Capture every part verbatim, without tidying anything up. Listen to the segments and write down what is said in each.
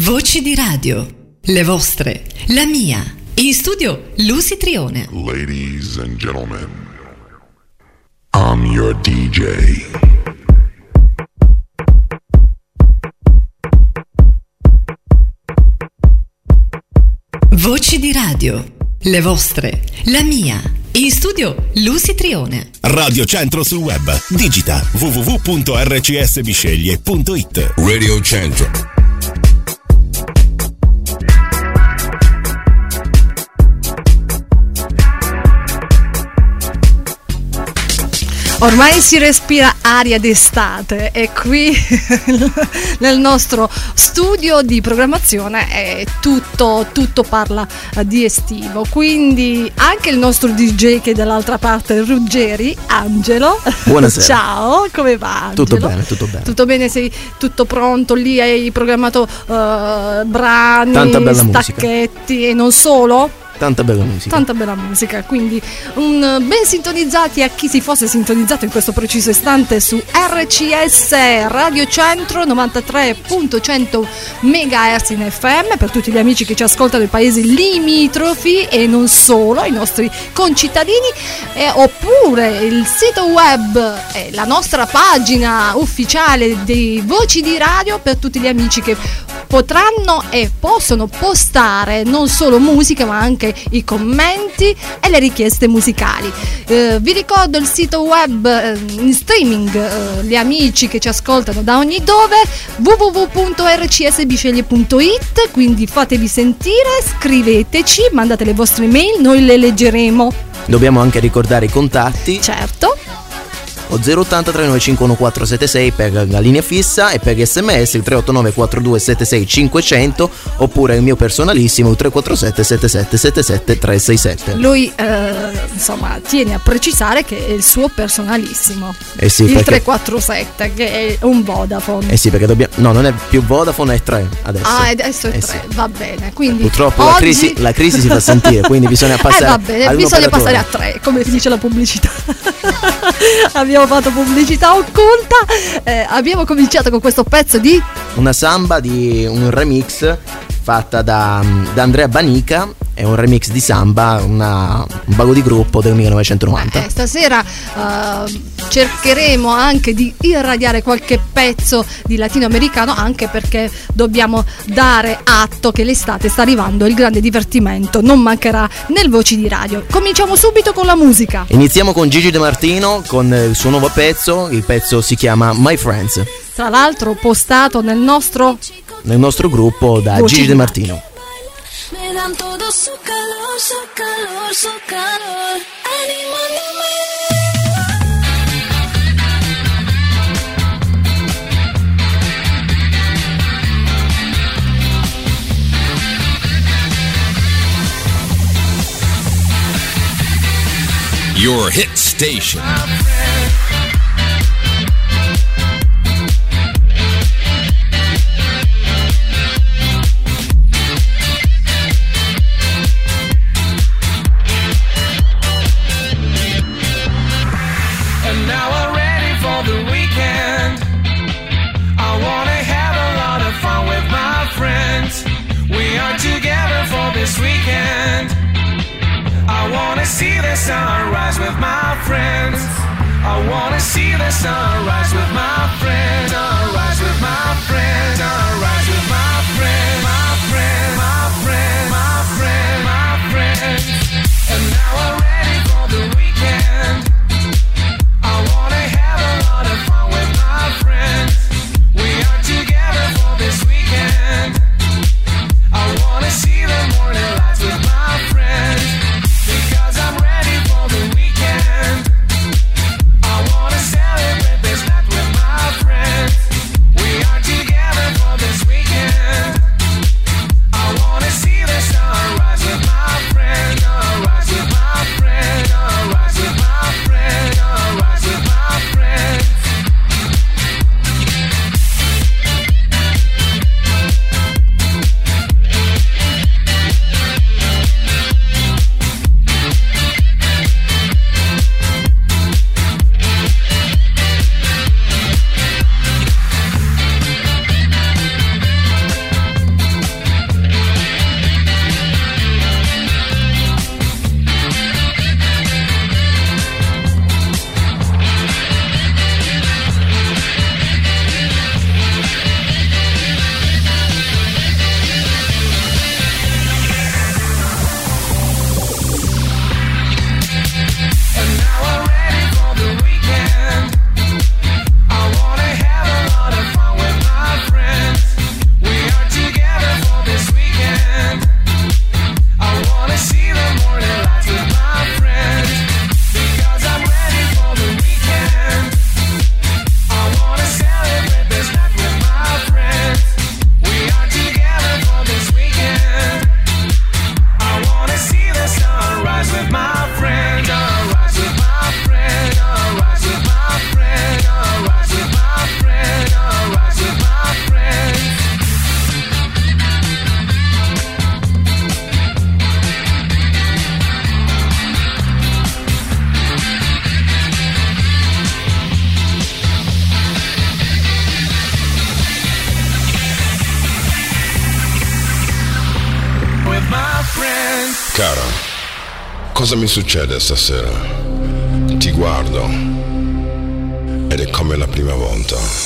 Voci di radio, le vostre, la mia. In studio Lucy Trione. Ladies and gentlemen, I'm your D J. Voci di radio, le vostre, la mia. In studio Lucy Trione. Radio Centro sul web. Digita w w w punto r c s bisceglie punto i t. Radio Centro. Ormai si respira aria d'estate e qui nel nostro studio di programmazione è tutto, tutto parla di estivo, quindi anche il nostro D J che è dall'altra parte, Ruggeri, Angelo. Buonasera. Ciao, come va Angelo? Tutto bene, tutto bene. Tutto bene, sei tutto pronto, lì hai programmato uh, brani, tanta bella stacchetti musica. E non solo? Tanta bella musica. Tanta bella musica, quindi un, ben sintonizzati a chi si fosse sintonizzato in questo preciso istante su R C S Radio Centro novantatré virgola cento megahertz in F M, per tutti gli amici che ci ascoltano nei paesi limitrofi e non solo, i nostri concittadini, eh, oppure il sito web, eh, la nostra pagina ufficiale dei Voci di Radio, per tutti gli amici che potranno e possono postare non solo musica ma anche i commenti e le richieste musicali. Eh, vi ricordo il sito web eh, in streaming, eh, gli amici che ci ascoltano da ogni dove, w w w punto r c s bisceglie punto i t, quindi fatevi sentire, scriveteci, mandate le vostre mail, noi le leggeremo. Dobbiamo anche ricordare i contatti. Certo. O zero ottanta tre nove cinque uno quattro sette sei per la linea fissa e per sms il tre otto nove quattro due sette sei cinquecento, oppure il mio personalissimo il tre quattro sette sette sette sette sette tre sei sette. Lui eh, insomma tiene a precisare che è il suo personalissimo, eh sì, il perché... tre quattro sette, che è un Vodafone. Eh sì, perché dobbiamo... no, non è più Vodafone, è tre adesso. Ah, adesso è eh tre, sì. Va bene. Quindi purtroppo oggi... la, crisi, la crisi si fa sentire, quindi bisogna passare eh, va bene, bisogna passare a tre, come dice la pubblicità. Abbiamo fatto pubblicità occulta, eh, abbiamo cominciato con questo pezzo di una samba, di un remix fatta da, da Andrea Banica. È un remix di samba, una, un vago di gruppo del millenovecentonovanta. Eh, stasera uh, cercheremo anche di irradiare qualche pezzo di latinoamericano, anche perché dobbiamo dare atto che l'estate sta arrivando e il grande divertimento non mancherà nel Voci di Radio. Cominciamo subito con la musica. Iniziamo con Gigi De Martino con il suo nuovo pezzo. Il pezzo si chiama My Friends, tra l'altro postato nel nostro nel nostro gruppo da Voci Gigi De Martino. Me dan todo su calor, su calor, su calor, animándome. Your hit station. This weekend, I wanna see the sunrise with my friends. I wanna see the sunrise with my friends. Sunrise with my friends. Sunrise with my friends. My friend, my friend, my friend, my friend. And now I'm ready for the weekend. I wanna have a lot of fun with my friends. We are together for this weekend. I wanna see the morning lights with my friends, because I'm ready for the weekend. I wanna celebrate this night with my friends. We are together for this weekend. friend. Cara, cosa mi succede stasera? Ti guardo ed è come la prima volta.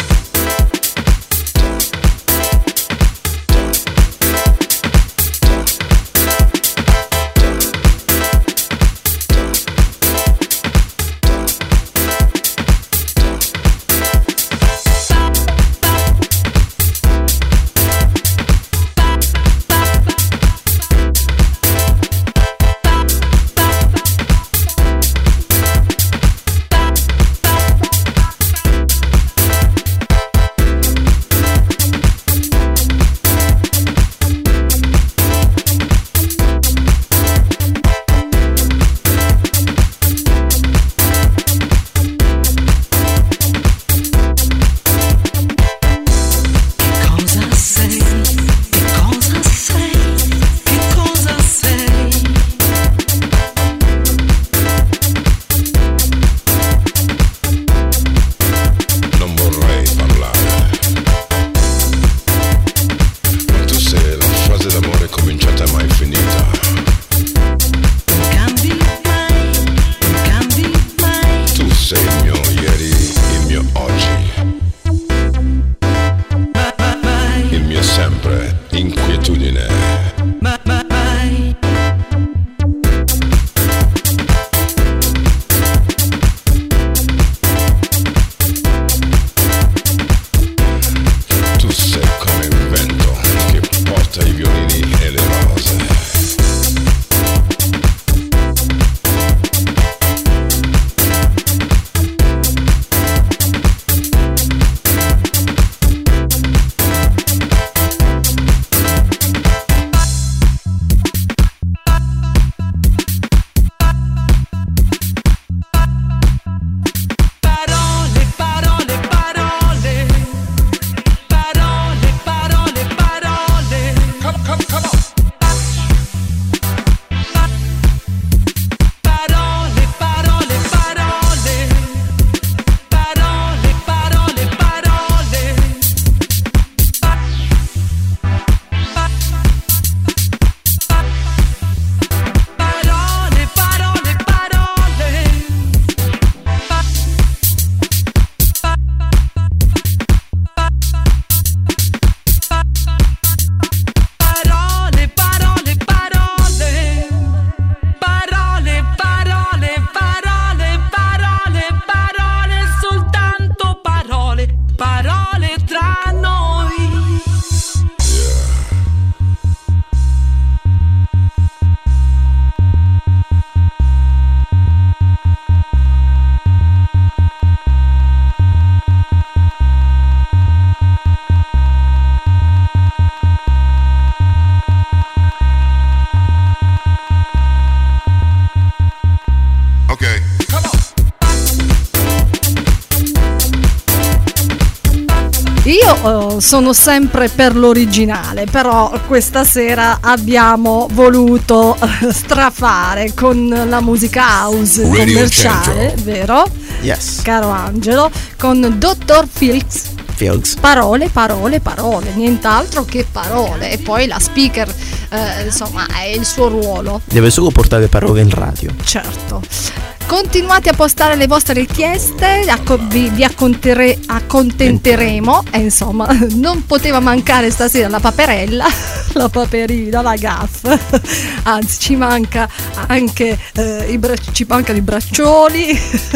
Io sono sempre per l'originale, però questa sera abbiamo voluto strafare con la musica house Radio commerciale, Centro. vero? Yes. Caro Angelo, con dottor Filks. Fields. Parole, parole, parole, nient'altro che parole. E poi la speaker, eh, insomma, è il suo ruolo. Deve solo portare parole in radio. Certo. Continuate a postare le vostre richieste, acco- vi, vi accontere- accontenteremo e insomma non poteva mancare stasera la paperella, la paperina, la gaff, anzi ci manca anche eh, i bra- ci mancano i braccioli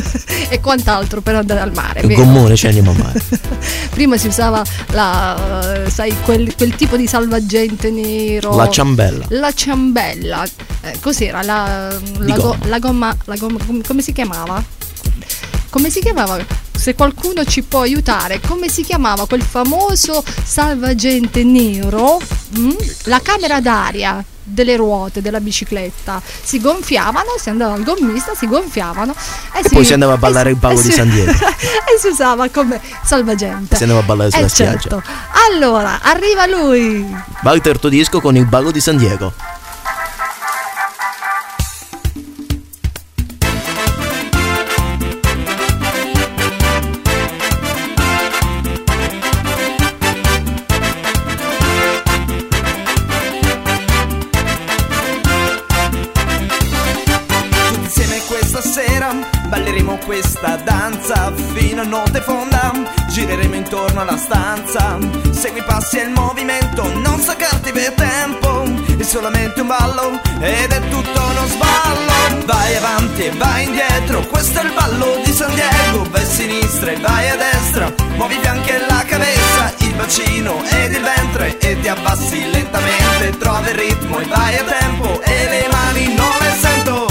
e quant'altro per andare al mare. Il vero? gommone ci andiamo a mare. Prima si usava la, eh, sai, quel, quel tipo di salvagente nero, La ciambella. la ciambella, eh, cos'era la, Di la, go- gomma. la gomma, la gomma come, come si chiamava? Come si chiamava? Se qualcuno ci può aiutare, come si chiamava quel famoso salvagente nero? Mm? La camera d'aria delle ruote della bicicletta si gonfiavano, si andava al gommista, si gonfiavano e, E si, poi si andava a ballare e il ballo e di si- San Diego. e si usava come salvagente. Si andava a ballare sulla Eh, spiaggia. certo. Allora, arriva lui. Walter Todisco con il ballo di San Diego. questa danza fino a notte fonda. Gireremo intorno alla stanza, segui i passi e il movimento, non staccarti per tempo, è solamente un ballo ed è tutto uno sballo. Vai avanti e vai indietro, questo è il ballo di San Diego. Vai a sinistra e vai a destra, muovi i fianchi e la cabeza, il bacino ed il ventre e ti abbassi lentamente. Trovi il ritmo e vai a tempo e le mani non le sento.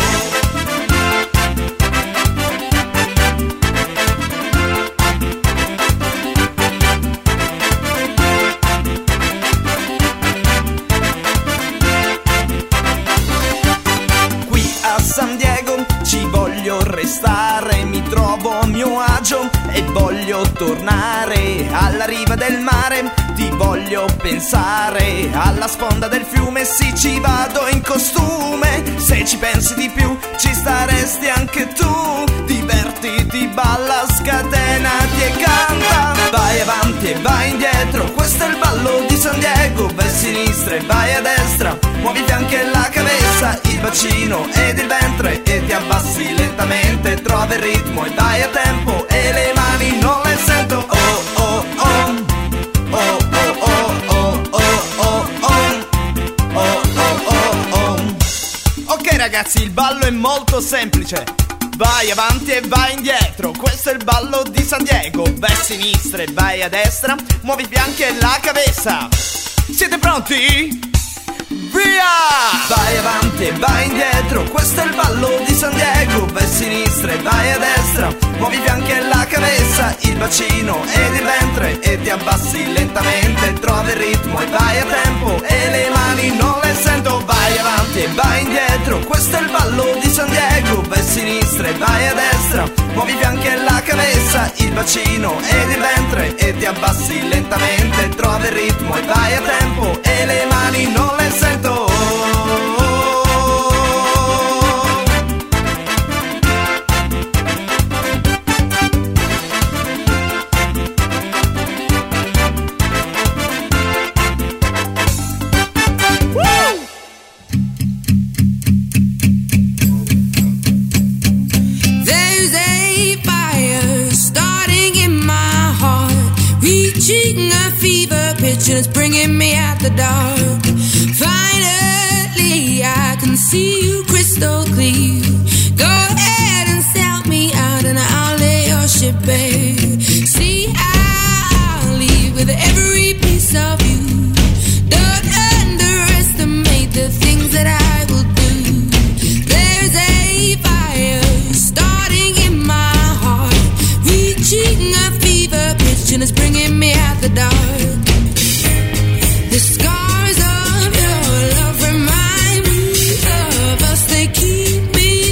San Diego ci voglio restare, mi trovo a mio agio e voglio tornare alla riva del mare. Ti voglio pensare alla sponda del fiume, sì ci vado in costume. Se ci pensi di più ci staresti anche tu. Divertiti, balla, scatenati e canta. Vai avanti e vai indietro, questo è il ballo di San Diego. Vai a sinistra e vai a destra, muovi i fianchi e la cabeza, il bacino ed il ventre e ti abbassi lentamente. Trovi il ritmo e vai a tempo e le mani non le sento. Oh oh oh, oh oh oh oh oh oh oh, oh oh oh. Ok ragazzi, il ballo è molto semplice. Vai avanti e vai indietro, questo è il ballo di San Diego. Vai a sinistra e vai a destra, muovi i fianchi e la cabeza. Siete pronti? Via! Vai avanti e vai indietro, questo è il ballo di San Diego. Vai a sinistra e vai a destra, muovi i fianchi e la cabeza, il bacino ed il ventre e ti abbassi lentamente. Trovi il ritmo e vai a tempo e le mani non le sento. Vai avanti e vai indietro, questo è il ballo di San Diego. Vai a sinistra e vai a destra, muovi i fianchi e la cabeza, il bacino ed il ventre e ti abbassi lentamente. Trovi il ritmo e vai a tempo e le mani non le sento. And it's bringing me out the dark. Finally I can see you crystal clear. Go ahead and sell me out and I'll lay your ship bare. See, I'll leave with every piece of you. Don't underestimate the things that I will do. There's a fire starting in my heart, reaching a fever pitch and it's bringing me out the dark. The scars of your love remind me of us. They keep me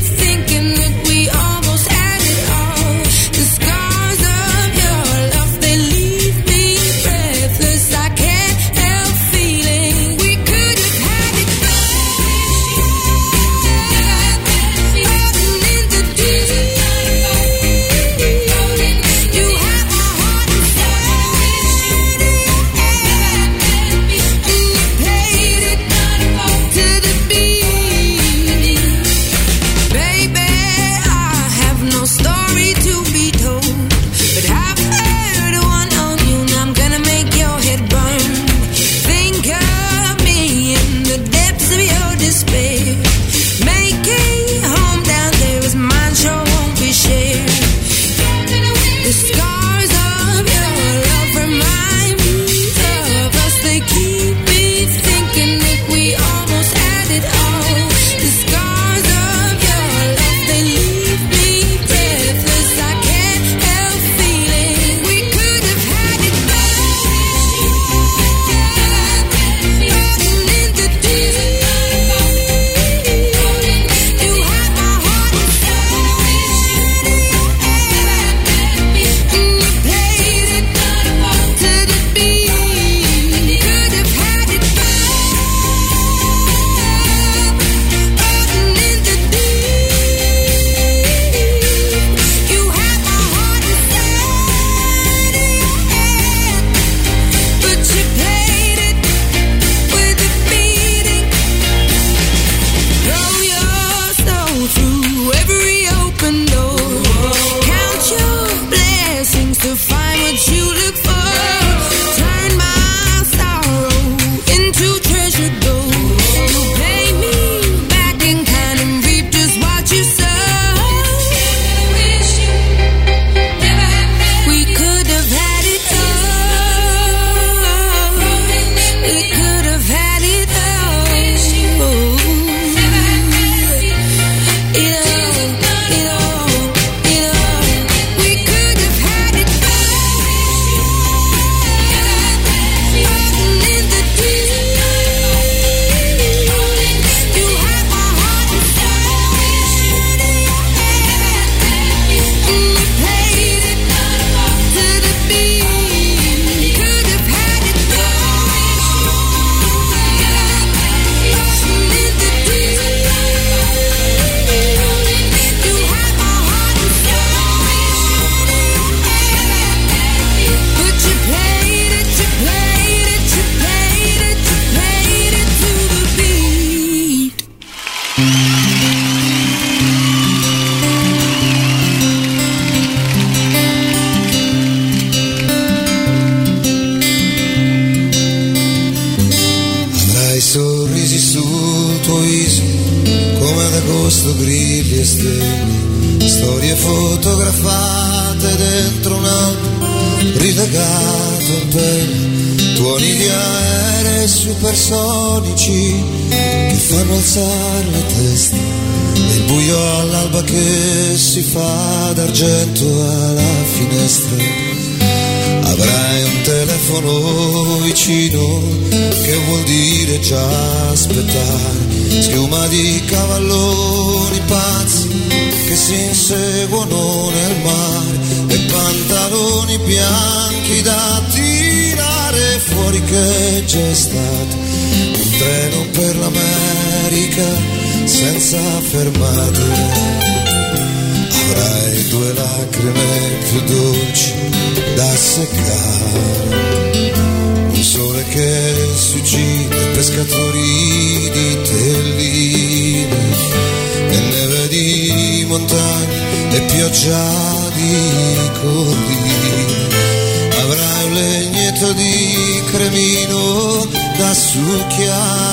sorrisi sul tuo viso come ad agosto grilli e stelle, storie fotografate dentro un album ritagato in pelle, tuoni di aerei supersonici che fanno alzare la testa, e il buio all'alba che si fa d'argento alla finestra. Avrai un telefono vicino che vuol dire già aspettare, schiuma di cavalloni pazzi che si inseguono nel mare, e pantaloni bianchi da tirare fuori che c'è stato un treno per l'America senza fermate. Avrai due lacrime più dolci da seccare, un sole che si uccide, pescatori di telline e neve di montagne e pioggia di colline. Avrai un legnetto di cremino da succhiare,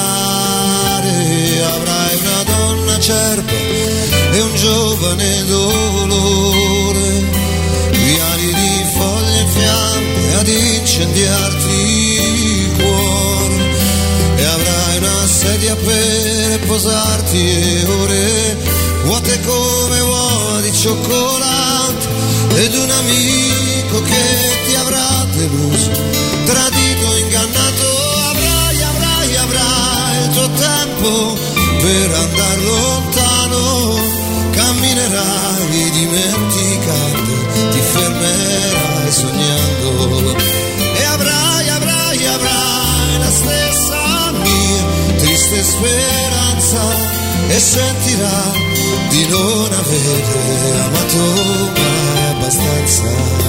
avrai una donna acerba e un giovane dolore, viali di foglie in fiamme ad incendiarti il cuore, e avrai una sedia per posarti e ore vuote come uova di cioccolato, ed un amico che ti avrà deluso, tradito, ingannato. Avrai, avrai, avrai il tuo tempo per andar lontano, camminerai dimenticando, ti fermerai sognando, e avrai, avrai, avrai la stessa mia triste speranza, e sentirai di non avere amato mai abbastanza.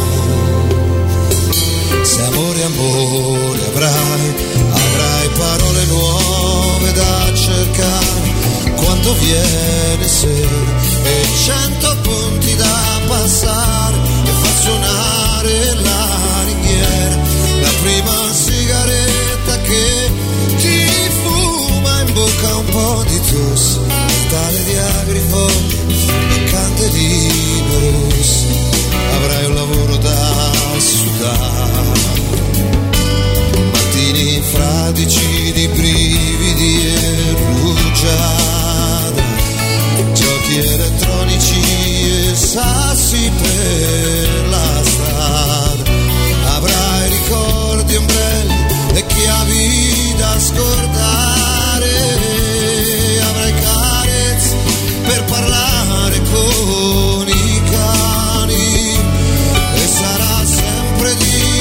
Se amore, amore avrai, avrai parole nuove da cercare quando viene sera, e cento punti da passare e far suonare la ringhiera, la prima sigaretta che ti fuma in bocca un po' di tosse, tale di agrifoglie e candeline rosse. Avrai un lavoro da sudare, mattini fradici di brividi e rugiada, giochi elettronici e sassi per la strada. Avrai ricordi, ombrelli e chiavi da scordare, avrai carezze per parlare con i cani, e sarà sempre di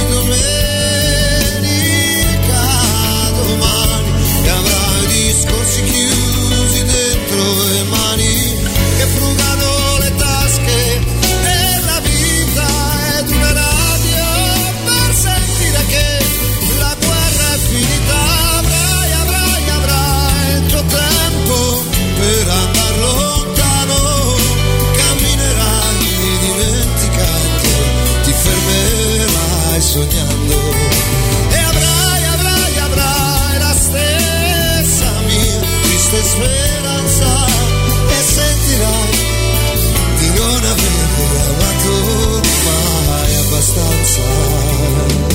domenica domani, e avrai discorsi chiusi dentro le mani che frugano le tasche della vita, ed una radio per sentire che la guerra è finita. Avrai, avrai, avrai il tuo tempo per andar lontano, camminerai dimenticando, ti fermerai sognando, e avrai, avrai, avrai la stessa mia triste speranza, e sentirai di non aver amato mai abbastanza.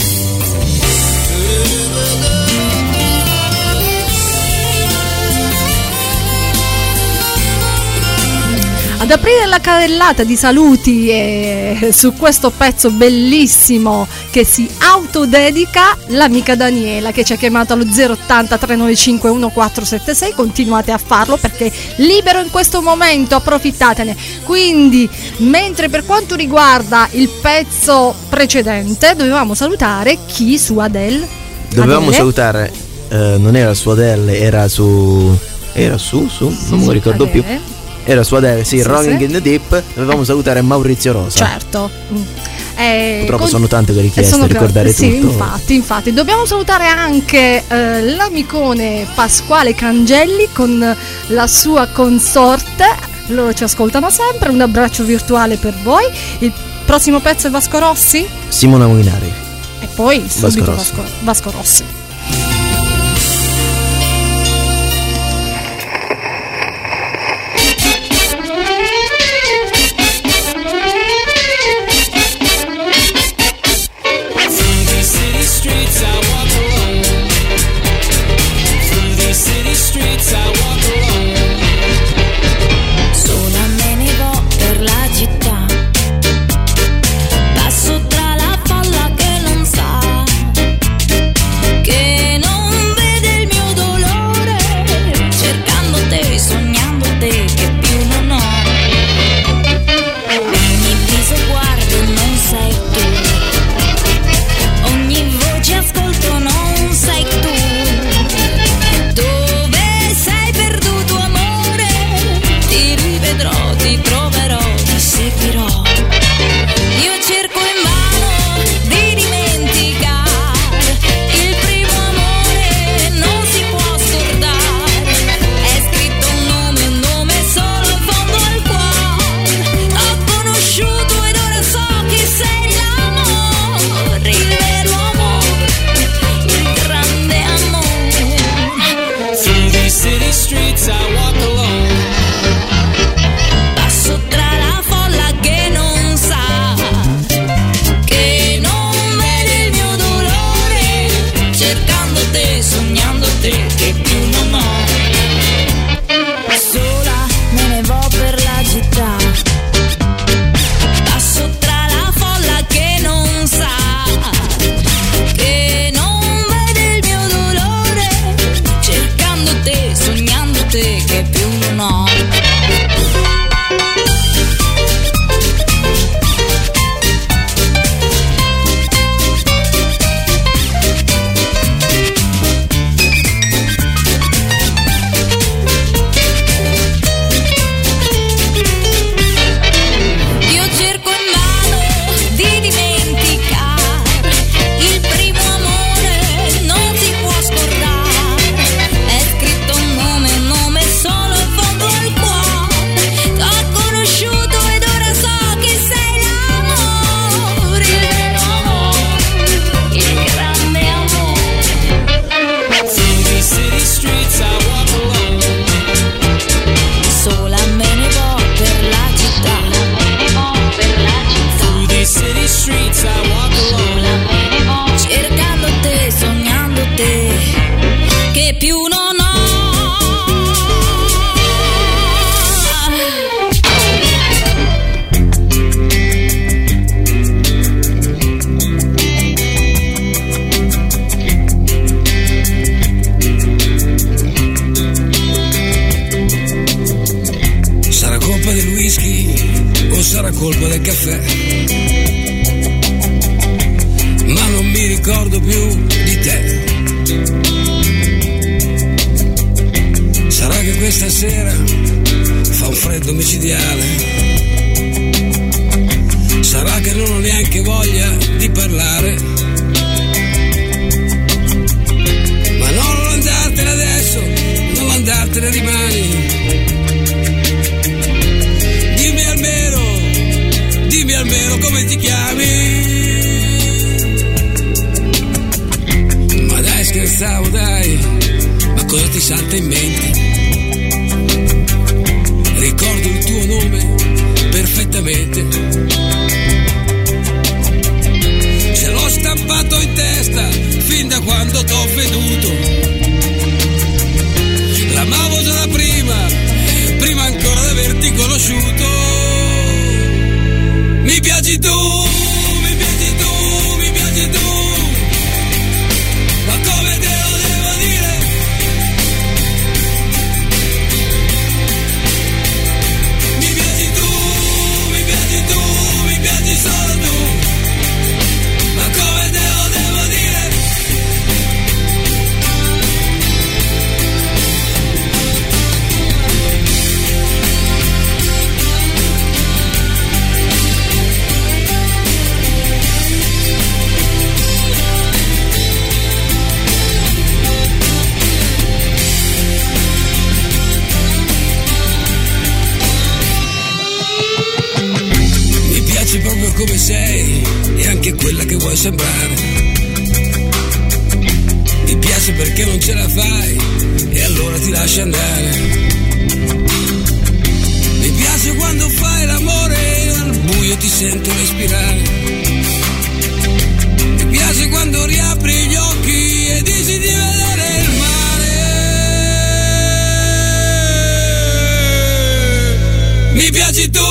Ad aprire la carrellata di saluti eh, su questo pezzo bellissimo che si autodedica l'amica Daniela, che ci ha chiamato allo zero ottanta tre nove cinque uno quattro sette sei. Continuate a farlo perché è libero in questo momento, approfittatene. Quindi, mentre per quanto riguarda il pezzo precedente dovevamo salutare chi su Adele? Dovevamo Adele? salutare, eh, non era su Adele, era su era su su non me lo ricordo Adele. più. Era su Adele, sì, Sì, Rolling sì. in the Deep. Dovevamo salutare Maurizio Rosa. Certo. Eh, Purtroppo con... sono tante le richieste sono a ricordare sì, tutto. infatti, infatti. Dobbiamo salutare anche eh, l'amicone Pasquale Cangelli con la sua consorte. Loro ci ascoltano sempre. Un abbraccio virtuale per voi. Il prossimo pezzo è Vasco Rossi? Simona Molinari. E poi subito Vasco Rossi. Vasco, Vasco Rossi. che più non ho. Sarà colpa del whisky o sarà colpa del caffè, ma non mi ricordo più di te. Sarà che questa sera fa un freddo micidiale, sarà che non ho neanche voglia di parlare, ma no, non andartene adesso, non andartene, rimani. Dimmi almeno, dimmi almeno come ti chiami. Ma dai, scherzavo, dai, ma cosa ti salta in mente? Ricordo il tuo nome perfettamente, ce l'ho stampato in testa fin da quando t'ho veduto. L'amavo già da prima, prima ancora di averti conosciuto. Mi piaci tu, mi piaci tu, mi piaci tu, ma come te lo devo dire? Mi piaci tu, mi piaci tu, mi piaci solo tu, ma come te lo devo dire? Proprio come sei e anche quella che vuoi sembrare. Mi piace perché non ce la fai e allora ti lasci andare. Mi piace quando fai l'amore e al buio ti sento respirare. Mi piace quando riapri gli occhi e dici di vedere il mare. Mi piaci tu.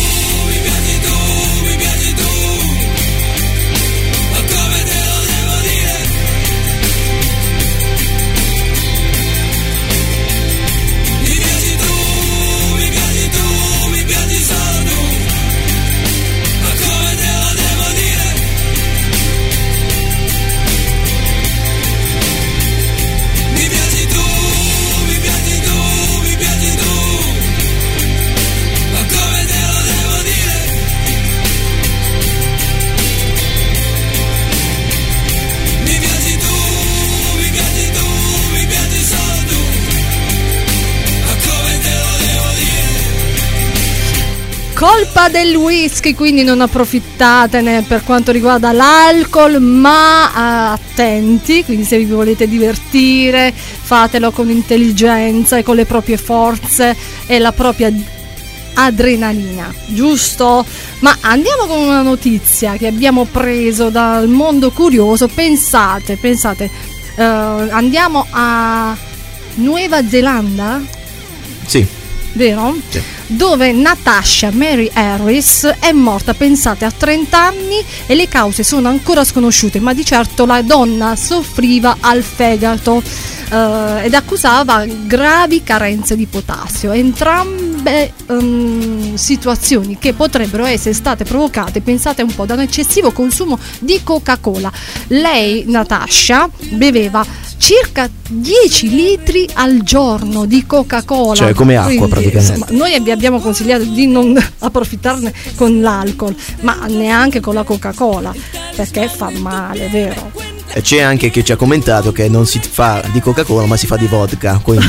Colpa del whisky, quindi non approfittatene per quanto riguarda l'alcol, ma uh, attenti, quindi se vi volete divertire fatelo con intelligenza e con le proprie forze e la propria adrenalina, giusto? Ma andiamo con una notizia che abbiamo preso dal Mondo Curioso. Pensate, pensate, uh, andiamo a Nuova Zelanda? Sì. Vero? Sì. Dove Natasha Mary Harris è morta, pensate, a trenta anni e le cause sono ancora sconosciute, ma di certo la donna soffriva al fegato eh, ed accusava gravi carenze di potassio. Entrambe um, situazioni che potrebbero essere state provocate, pensate un po', da un eccessivo consumo di Coca-Cola. Lei, Natasha, beveva circa dieci litri al giorno di Coca-Cola, cioè come acqua. Quindi, praticamente insomma, noi vi abbiamo consigliato di non approfittarne con l'alcol, ma neanche con la Coca-Cola, perché fa male, vero? E c'è anche chi ci ha commentato che non si fa di Coca-Cola ma si fa di vodka, quindi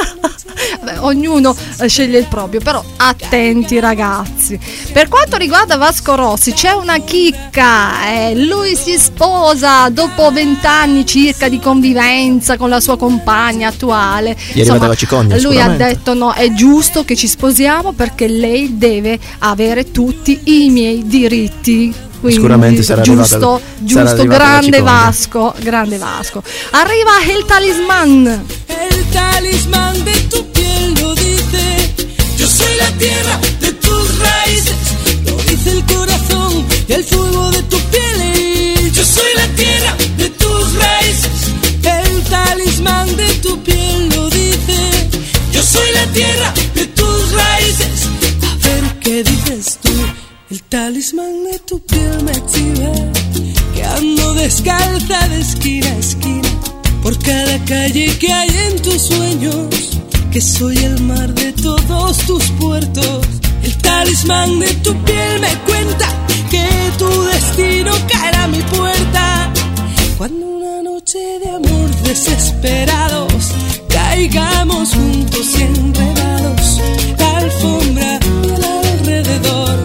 Beh, ognuno sceglie il proprio, però attenti ragazzi. Per quanto riguarda Vasco Rossi c'è una chicca, eh, lui si sposa dopo vent'anni circa di convivenza con la sua compagna attuale. Gli è arrivata la cicogna, lui ha detto no, è giusto che ci sposiamo perché lei deve avere tutti i miei diritti. Quindi, sicuramente sarà giusto, arrivata, giusto, sarà arrivata grande Vasco, grande Vasco. Arriva il talisman. talismán de tu piel lo dice. Yo soy la tierra de tus raíces, lo dice el corazón y el fuego de tu piel. Yo soy la tierra de tus raíces, el talismán de tu piel lo dice. Yo soy la tierra de tus raíces. A ver qué dices tú. El talismán de tu piel me exhibe que ando descalza de esquina a esquina por cada calle que hay en tus sueños, que soy el mar de todos tus puertos. El talismán de tu piel me cuenta que tu destino caerá a mi puerta cuando una noche de amor desesperados caigamos juntos y enredados. La alfombra y el alrededor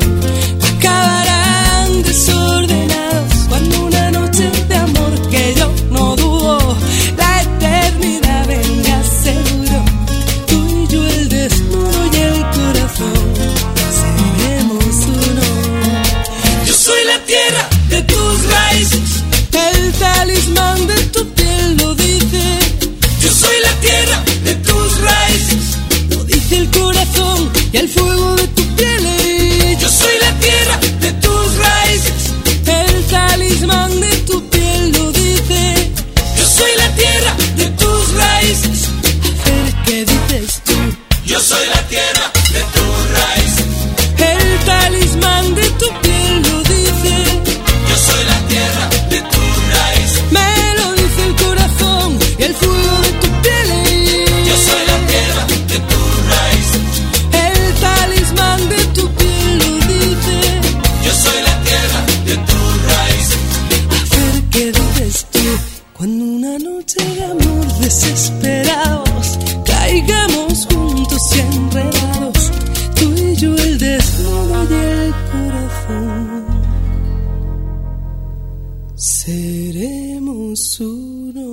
acabarán desordenados cuando una noche de amor que yo no dudo la eternidad venga seguro. Tú y yo el desnudo y el corazón seremos uno. Yo soy la tierra de tus raíces, el talismán de tu piel lo dice. Yo soy la tierra de tus raíces, lo dice el corazón y el fuego de tu piel. Yo soy la tierra de tus raíces, el talismán de tu piel lo dice. Yo soy la tierra de tus raíces. A ver qué dices tú. Yo soy la tierra de tus raíces, el talismán de tu piel lo dice. Yo soy la tierra de tus raíces, me lo dice el corazón y el fuego de tu piel. Yo soy la tierra de tus raíces, el talismán de tu piel lo dice. Yo soy la tierra de tus raíces. A ver qué dices tú. Cuando una noche de amor desesperados caigamos juntos y enredados, tú y yo el desnudo y el corazón seremos uno.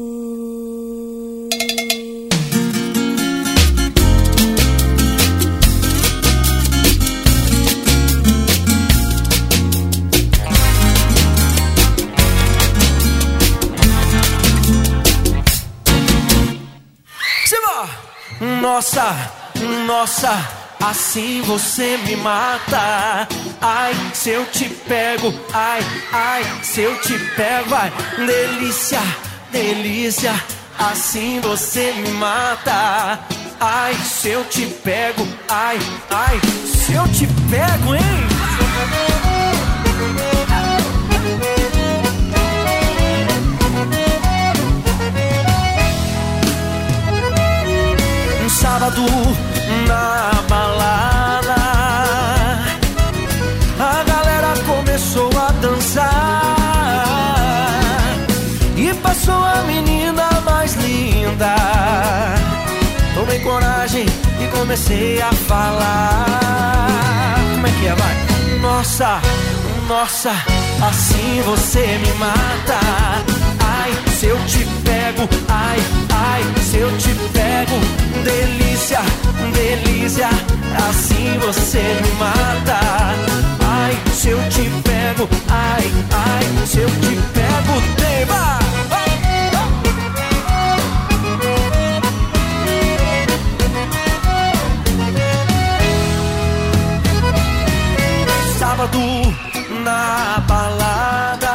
Nossa, nossa, assim você me mata. Ai, se eu te pego, ai, ai, se eu te pego, ai, delícia, delícia, assim você me mata. Ai, se eu te pego, ai, ai, se eu te pego, hein? Sábado na balada, a galera começou a dançar e passou a menina mais linda. Tomei coragem e comecei a falar. Como é que é, vai? Nossa, nossa, assim você me mata. Ai, se eu te pego, ai, ai, se eu te pego, delícia, delícia, assim você me mata. Ai, se eu te pego, ai, ai, se eu te pego, tema. Sábado na balada,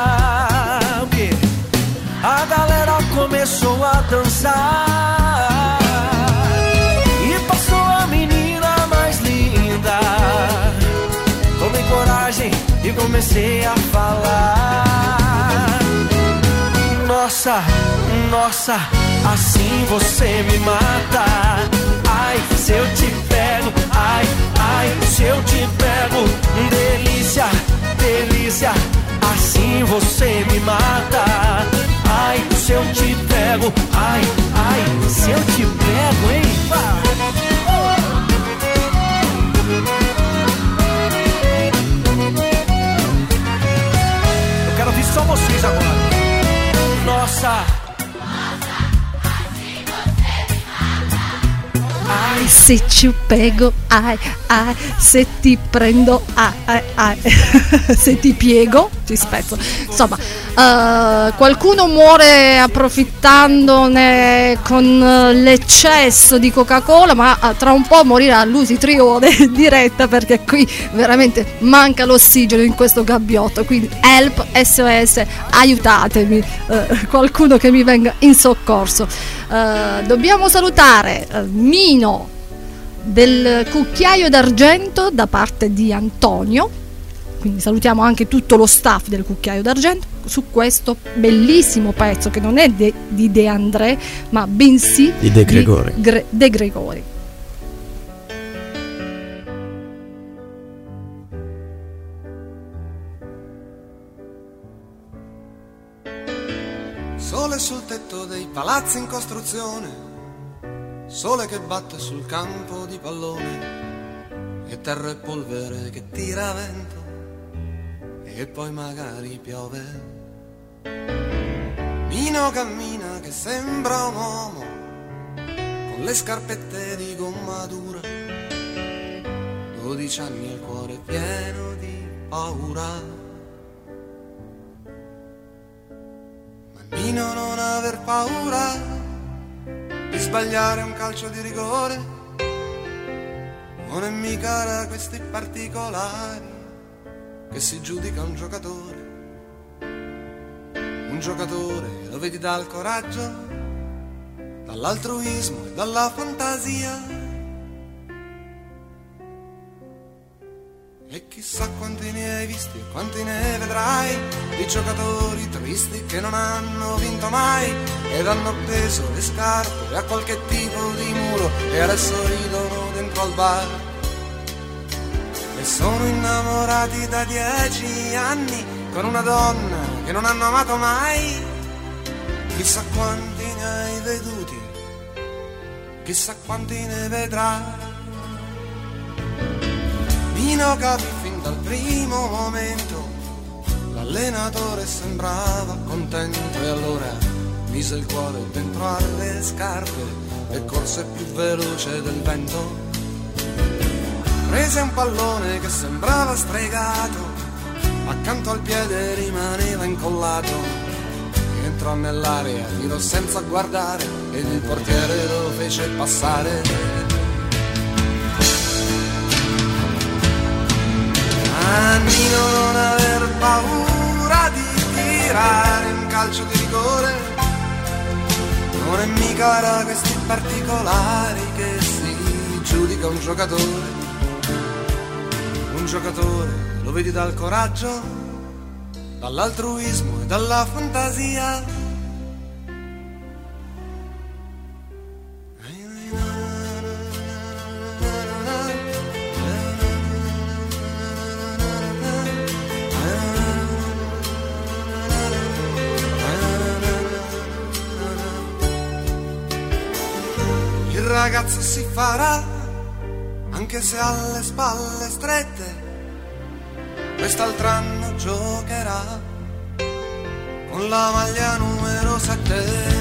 a galera começou a dançar e passou a menina mais linda. Tomei coragem e comecei a falar. Nossa, nossa, assim você me mata. Ai, se eu te pego, ai, ai, se eu te pego, delícia, delícia, assim você me mata. Ai, se eu te pego, ai, ai, se eu te pego, hein? Eu quero ouvir só vocês agora. Nossa, nossa, assim você me mata. Ai, ai, se ci pego, ai, ai, se ti prendo, ai, ai, ai. Se ti piego, ti spezzo. Insomma, uh, qualcuno muore approfittandone con l'eccesso di Coca-Cola, ma uh, tra un po' morirà Lucy Trione in diretta, perché qui veramente manca l'ossigeno in questo gabbiotto. Quindi help, S O S, aiutatemi, uh, qualcuno che mi venga in soccorso. Uh, dobbiamo salutare uh, Mino del Cucchiaio d'Argento da parte di Antonio, quindi salutiamo anche tutto lo staff del Cucchiaio d'Argento su questo bellissimo pezzo che non è de, di De André, ma bensì di De Gregori. Di Gre, De Gregori. Sole sul tetto dei palazzi in costruzione, sole che batte sul campo di pallone, e terra e polvere che tira vento, e poi magari piove. Mino cammina che sembra un uomo, con le scarpette di gomma dura, dodici anni e il cuore pieno di paura. Mino non aver paura di sbagliare un calcio di rigore, non è mica da questi particolari che si giudica un giocatore. Un giocatore lo vedi dal coraggio, dall'altruismo e dalla fantasia. E chissà quanti ne hai visti e quanti ne vedrai, di giocatori tristi che non hanno vinto mai ed hanno appeso le scarpe a qualche tipo di muro e adesso ridono dentro al bar. E sono innamorati da dieci anni con una donna che non hanno amato mai. Chissà quanti ne hai veduti, chissà quanti ne vedrai. Mino capì fin dal primo momento, l'allenatore sembrava contento e allora mise il cuore dentro alle scarpe e corse più veloce del vento. Prese un pallone che sembrava stregato, accanto al piede rimaneva incollato, entrò nell'area, tirò senza guardare ed il portiere lo fece passare. A Mino non aver paura di tirare un calcio di rigore, non è mica da questi particolari che si giudica un giocatore. Un giocatore lo vedi dal coraggio, dall'altruismo e dalla fantasia. Il ragazzo si farà, anche se ha le spalle strette, quest'altro anno giocherà con la maglia numero sette.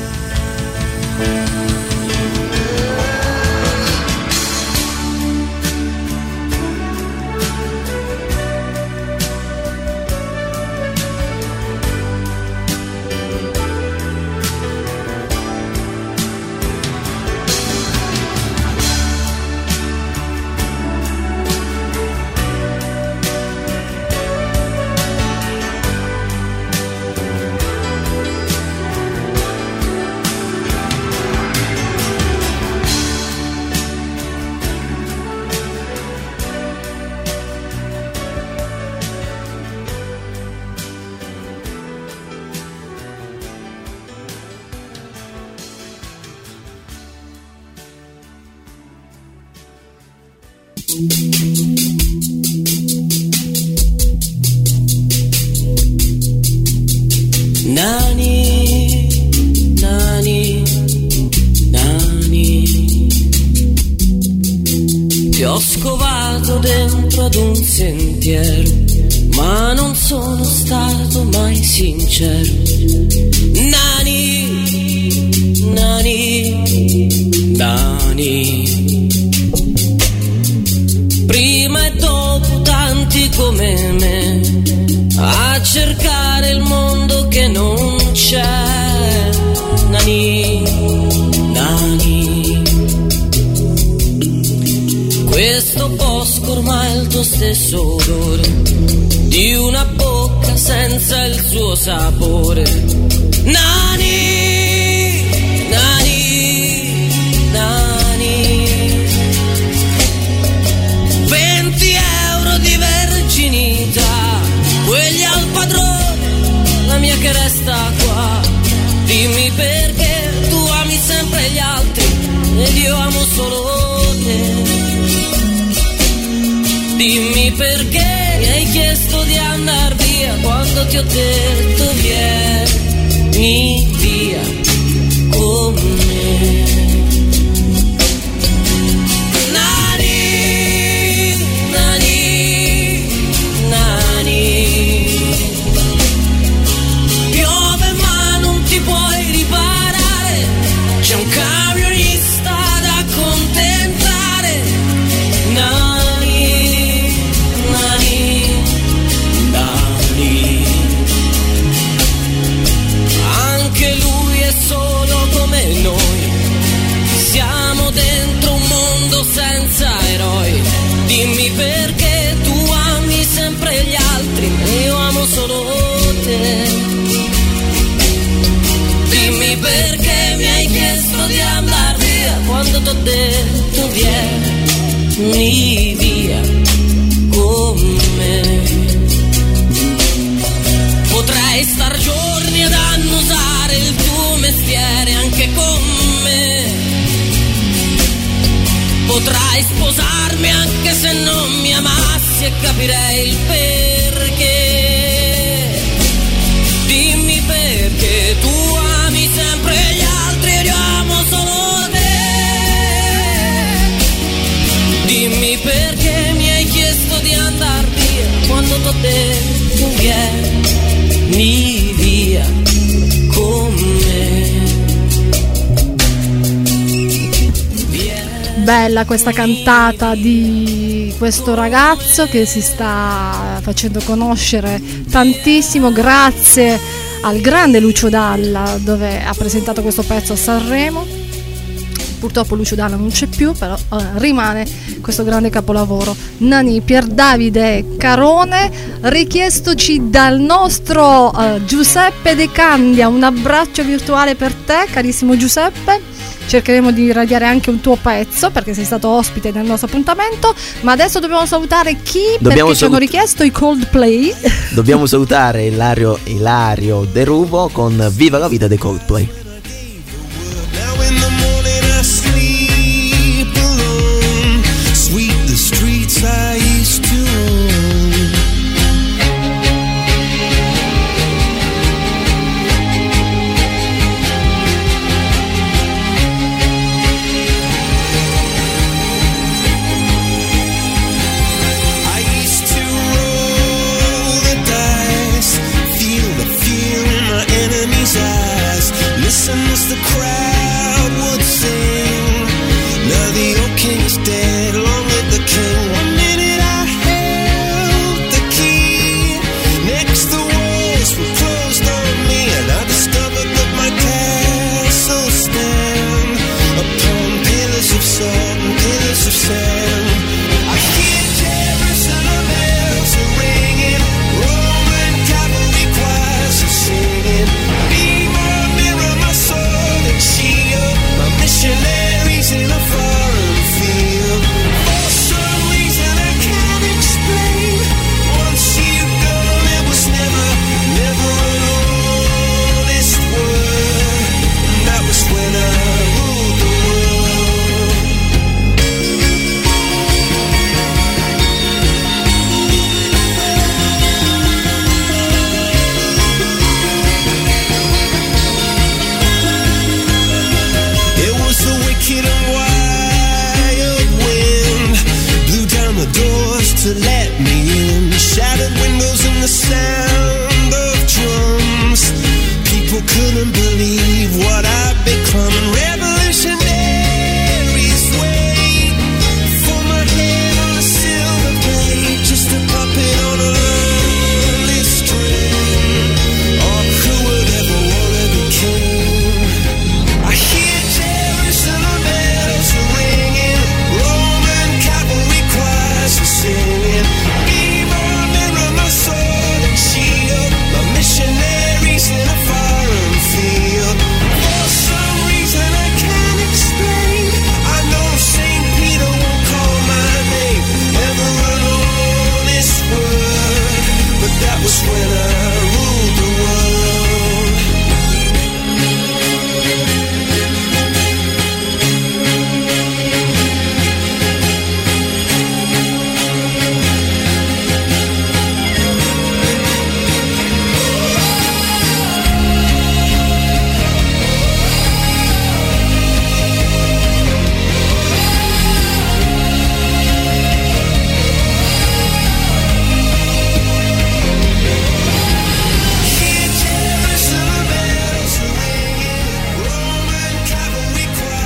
Nani, nani, nani, ti ho scovato dentro ad un sentiero, ma non sono stato mai sincero. Nani, nani, nani, come me a cercare il mondo che non c'è. Nani, nani, questo bosco ormai è il tuo stesso odore, di una bocca senza il suo sapore. Nani, nani, nani, venti euro di verginità, quelli al padrone, la mia che resta qua. Dimmi perché tu ami sempre gli altri ed io amo solo te. Dimmi perché mi hai chiesto di andar via quando ti ho detto vieni via con me. Nani, nani, nani, piove ma non ti puoi riparare, c'è un camionista da accontentare. Nani, nani, nani, anche lui è solo come noi, siamo dentro un mondo senza eroi. Dimmi perché tu ami sempre gli altri e io amo solo te. Dimmi perché mi hai chiesto di andar via quando t'ho detto vieni via con me. Potrei star giorni ad annusare il tuo mestiere anche con me. Potrai sposarmi anche se non mi amassi e capirei il perché. Dimmi perché tu ami sempre gli altri e io amo solo te. Dimmi perché mi hai chiesto di andar via quando t'ho detto vieni via con me. Bella questa cantata di questo ragazzo che si sta facendo conoscere tantissimo grazie al grande Lucio Dalla, dove ha presentato questo pezzo a Sanremo. Purtroppo Lucio Dalla non c'è più, però eh, rimane questo grande capolavoro. Nani, Pier Davide Carone, richiestoci dal nostro eh, Giuseppe De Candia. Un abbraccio virtuale per te, carissimo Giuseppe. Cercheremo di irradiare anche un tuo pezzo perché sei stato ospite del nostro appuntamento. Ma adesso dobbiamo salutare chi? Dobbiamo perché salut- ci hanno richiesto i Coldplay. Dobbiamo salutare Ilario, Ilario De Rubo con Viva la vita dei Coldplay. Missionaries in a foreign field.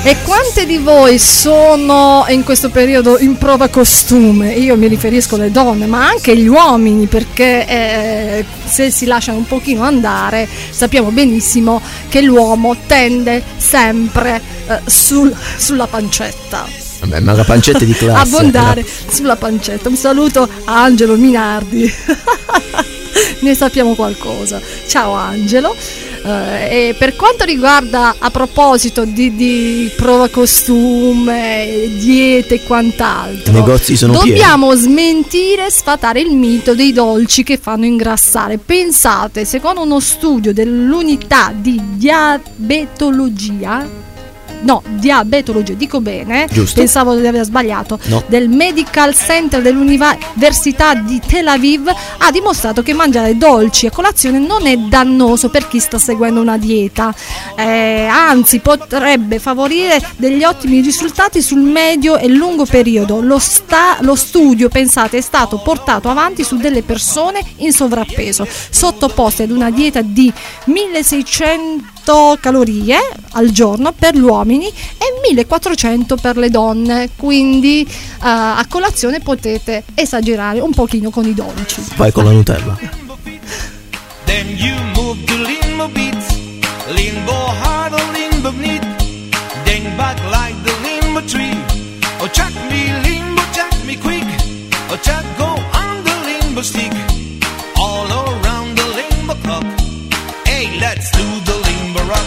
E quante di voi sono in questo periodo in prova costume? Io mi riferisco alle donne, ma anche gli uomini, perché eh, se si lasciano un pochino andare sappiamo benissimo che l'uomo tende sempre eh, sul, sulla pancetta. Vabbè, ma la pancetta è di classe. Abbondare no? Sulla pancetta. Un saluto a Angelo Minardi. Ne sappiamo qualcosa. Ciao Angelo. Uh, e per quanto riguarda, a proposito di, di prova costume, diete e quant'altro, i negozi sono dobbiamo pieni. Smentire, sfatare il mito dei dolci che fanno ingrassare. Pensate, secondo uno studio dell'unità di diabetologia No, diabetologia, dico bene, giusto. Pensavo di aver sbagliato, no. Del Medical Center dell'Università di Tel Aviv ha dimostrato che mangiare dolci a colazione non è dannoso per chi sta seguendo una dieta, eh, anzi potrebbe favorire degli ottimi risultati sul medio e lungo periodo. Lo, sta, lo studio, pensate, è stato portato avanti su delle persone in sovrappeso, sottoposte ad una dieta di milleseicento calorie al giorno per gli uomini e millequattrocento per le donne, quindi uh, a colazione potete esagerare un pochino con i dolci. Vai con la Nutella. Then you move to limbo beats, limbo hard or limbo neat, then back like the limbo tree. Oh chuck me limbo, chuck me quick, oh chuck go on the limbo stick, all around the limbo clock. Hey, let's do the limbo rock.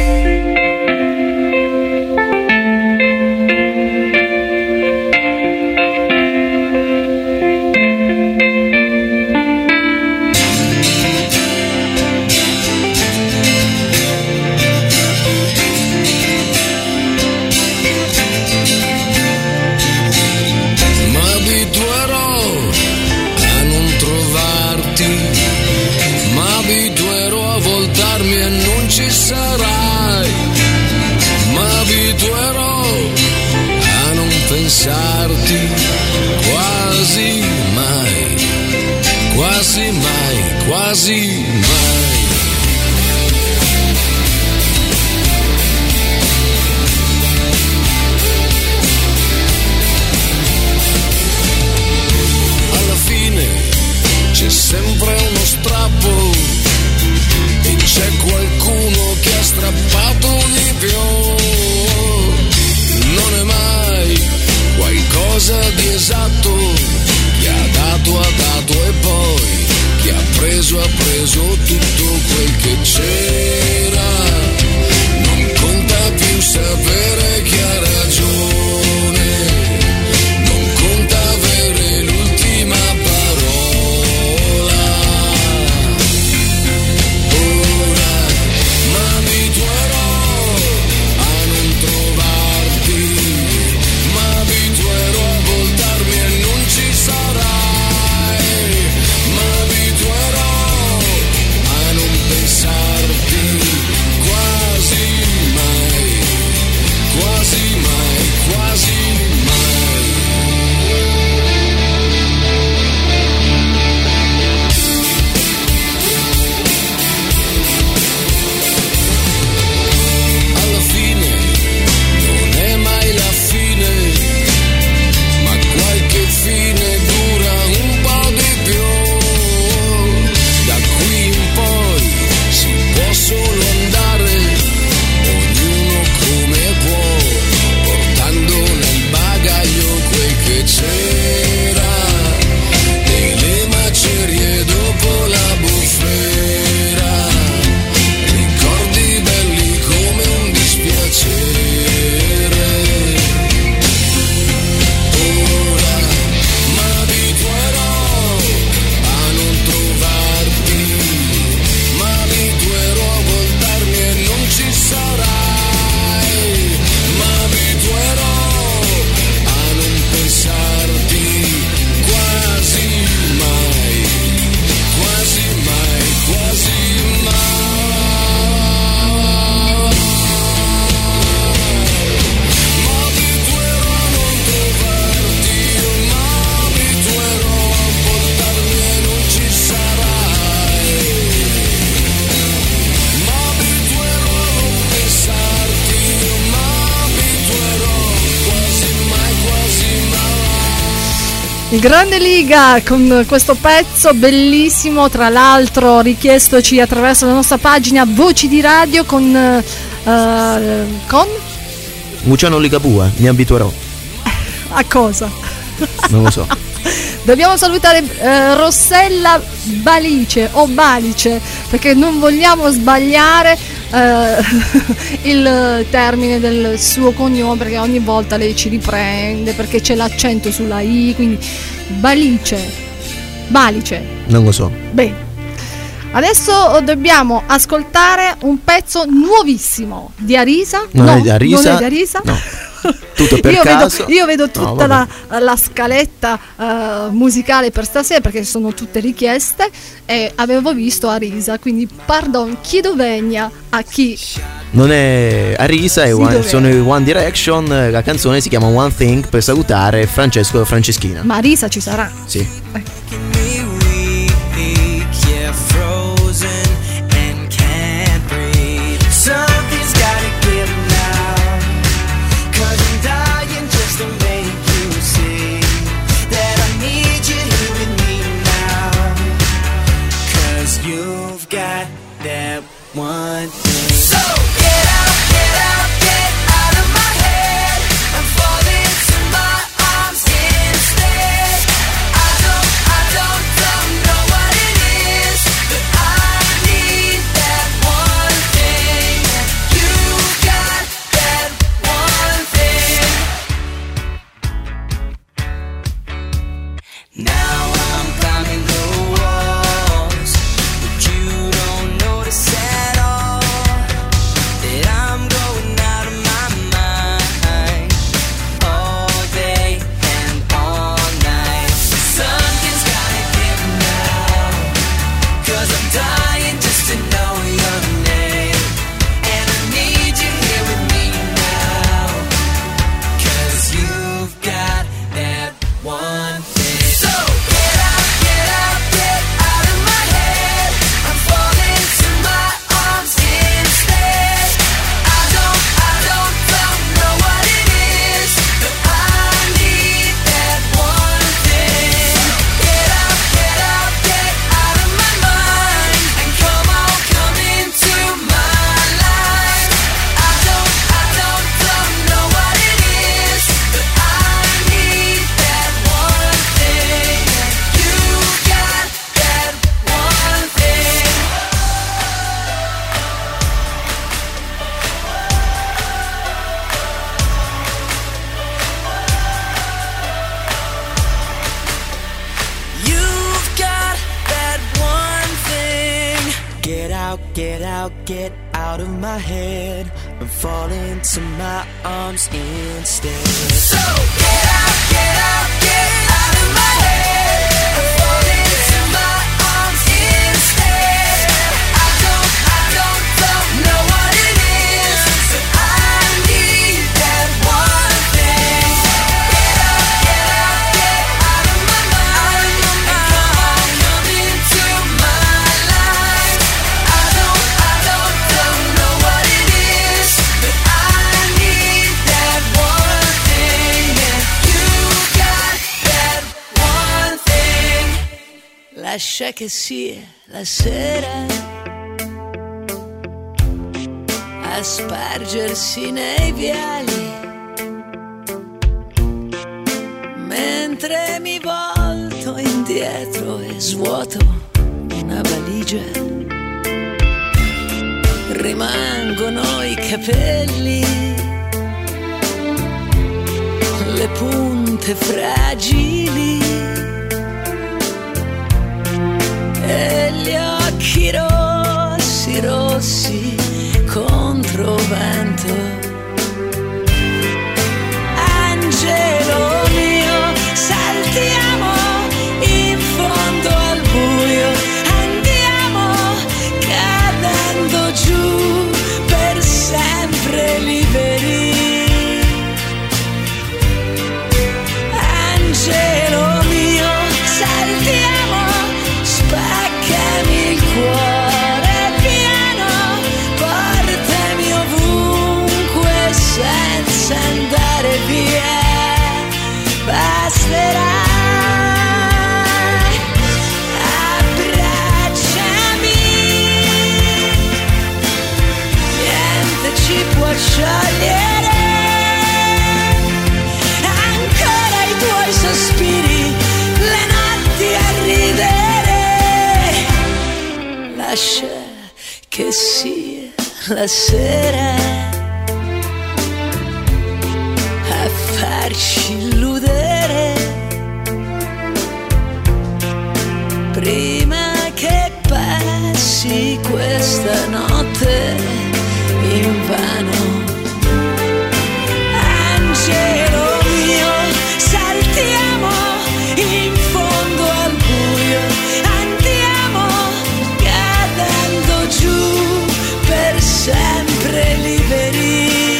Pensarti quasi mai, quasi mai, quasi mai. Alla fine c'è sempre uno strappo e c'è qualcuno che ha strappato di più. Non è mai qualcosa di esatto, chi ha dato ha dato e poi chi ha preso ha preso tutto quel che c'era. Non conta più sapere chi ha ragione, non conta avere l'ultima parola. Ora m'abituerò a non trovarti, m'abituerò a voltarmi e non ci sarai, m'abituerò a non Il Grande Liga con questo pezzo bellissimo, tra l'altro richiestoci attraverso la nostra pagina Voci di Radio con uh, con Luciano Ligabue, mi abituerò. A cosa? Non lo so. Dobbiamo salutare uh, Rossella Balice o Balice, perché non vogliamo sbagliare uh, il termine del suo cognome, perché ogni volta lei ci riprende perché c'è l'accento sulla I, quindi Balice Balice non lo so. Bene, adesso dobbiamo ascoltare un pezzo nuovissimo di Arisa. Non no, è di Arisa, non è di Arisa. No. Tutto per io, caso. vedo, io vedo tutta no, la, la scaletta uh, musicale per stasera, perché sono tutte richieste e avevo visto Arisa, quindi pardon, chiedo vegna a chi. Non è Arisa, è Sì, one, dov'è? sono i One Direction, la canzone si chiama One Thing per salutare Francesco e Franceschina. Ma Arisa ci sarà. Sì. Yeah, frozen and can't breathe. Something's gotta give now, 'cause I'm dying just to make you see that I need you here with me now, 'cause you've got that one thing. So get out, get out, get out of my head and fall into my arms instead. I don't, I don't, don't know what it is, but I need that one thing. You got that one thing. Now I'm climbing the walls, but you don't notice at all that I'm going out of my mind all day and all night. Something's gotta give now, 'cause I'm dying just to know your name, and I need you here with me now, 'cause you've got that one thing. So get out, get out, get out of my head and fall into my arms instead. I don't, I don't, don't know what it is, but I need that one thing. Get out, get out, get out of my mind and come on, come into my life. I don't, I don't, don't know what it is, but I need that one thing. You got that one thing. You've got that one thing. Get out, get out, get out of my head and fall into my arms instead. So get out, get out, get out of my head and fall into my arms instead. I don't, I don't, don't know what it is, but I need that one thing. Get out, get out, get out of my mind and come on, come into my life. I don't, I don't, don't know what it is, but I need that one thing. And you got that one thing. Lascia che sia la sera a spargersi nei viali, mentre mi volto indietro e svuoto una valigia. Rimangono i capelli, le punte fragili e gli occhi rossi, rossi contro vento. Angelo mio, saltiamo in fondo al buio, andiamo cadendo giù per sempre liberi. Angelo mio, saltiamo, spaccami il cuore piano, portami ovunque senza andare via, basterà. lascia che sia la sera a farci illudere prima che passi questa notte invano. Angelo mio, saltiamo in fondo al buio, andiamo cadendo giù per sempre liberi.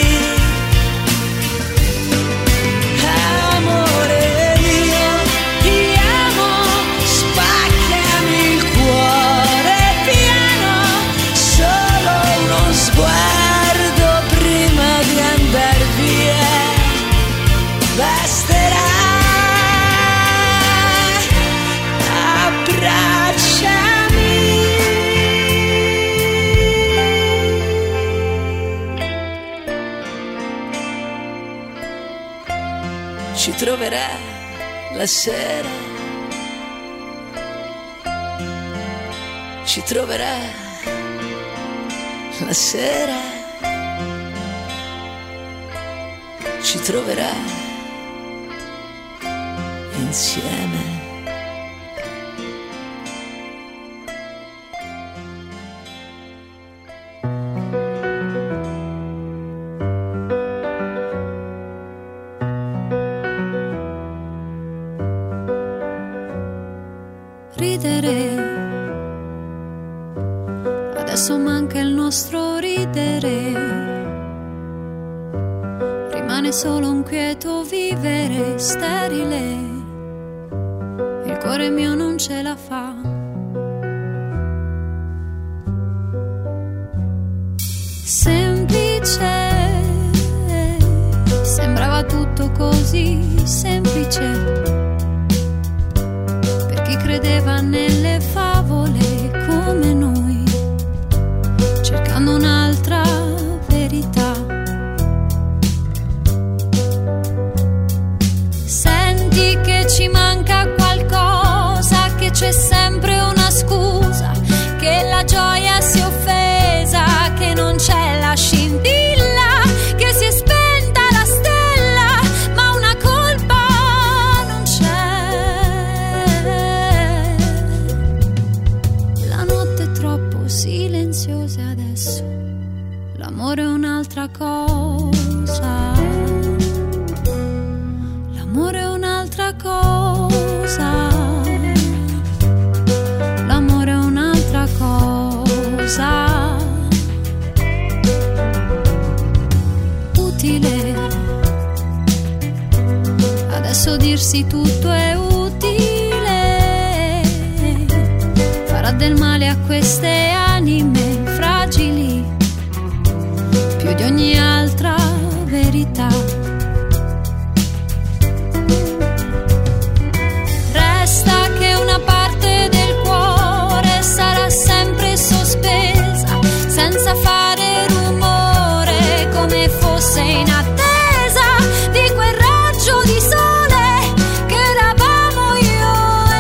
Amore mio, ti amo, spaccami il cuore piano, solo uno sguardo prima di andar via, basterà. Ci troverà la sera, ci troverà la sera, ci troverà insieme. Adesso manca il nostro ridere, rimane solo un quieto vivere sterile, il cuore mio non ce la fa. Semplice, sembrava tutto così semplice, per chi credeva nelle favole come noi, cercando un'altra verità. Senti che ci manca qualcosa, che c'è sempre una scusa, che la gioia si è offesa, che non c'è la scintilla, che si è spenta la stella, ma una colpa non c'è. La notte è troppo silenziosa adesso, l'amore è un'altra cosa, l'amore è un'altra cosa, l'amore è un'altra cosa, utile, adesso dirsi tutto è utile, farà del male a queste anime fragili, più di ogni altra verità. Resta che una parte del cuore sarà sempre sospesa, senza fare rumore, come fosse in attesa di quel raggio di sole che eravamo io e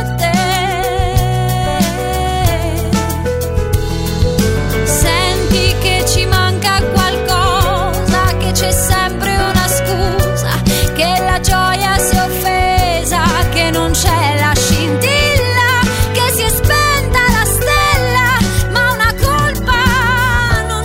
te. Senti che ci manca qualcosa, che c'è sempre una scusa, che la gioia si è offesa, che non c'è la scintilla, che si è spenta la stella, ma una colpa non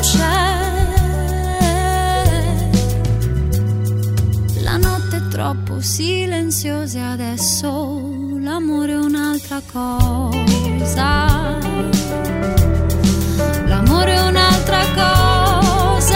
c'è. La notte è troppo silenziosa e adesso l'amore è un'altra cosa, l'amore è un'altra cosa.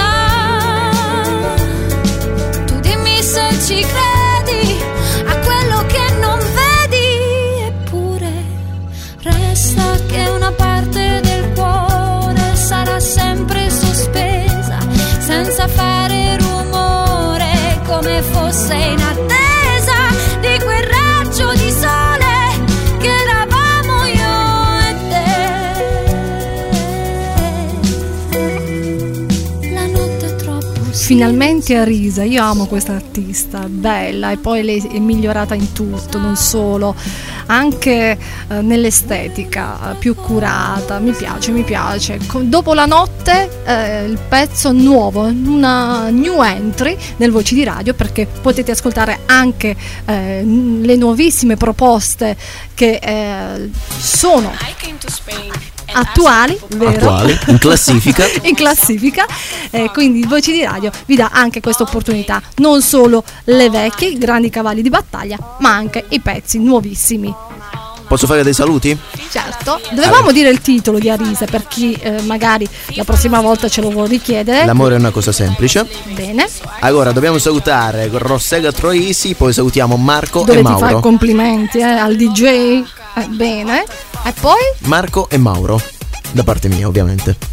Tu dimmi se ci credi a quello che non vedi, eppure resta che una parte del cuore sarà sempre sospesa, senza fare rumore, come fosse in attesa di quel raggio di sole che eravamo io e te. La notte è troppo finalmente Arisa. Io amo questa artista, bella, e poi lei è migliorata in tutto, non solo, anche eh, nell'estetica, più curata. Mi piace, mi piace. Dopo la notte, eh, il pezzo nuovo, una new entry nel Voci di Radio, perché potete ascoltare anche eh, le nuovissime proposte che eh, sono attuali, vero? Attuali, in classifica. in classifica, eh, quindi il Voci di Radio vi dà anche questa opportunità, non solo le vecchie, i grandi cavalli di battaglia, ma anche i pezzi nuovissimi. Posso fare dei saluti? Certo, dovevamo dire il titolo di Arisa per chi eh, magari la prossima volta ce lo vuole richiedere. L'amore è una cosa semplice. Bene. Allora, dobbiamo salutare Rossella Troisi, poi salutiamo Marco Dove e ti Mauro. fai complimenti eh, al D J. Eh, bene. E poi? Marco e Mauro, da parte mia ovviamente.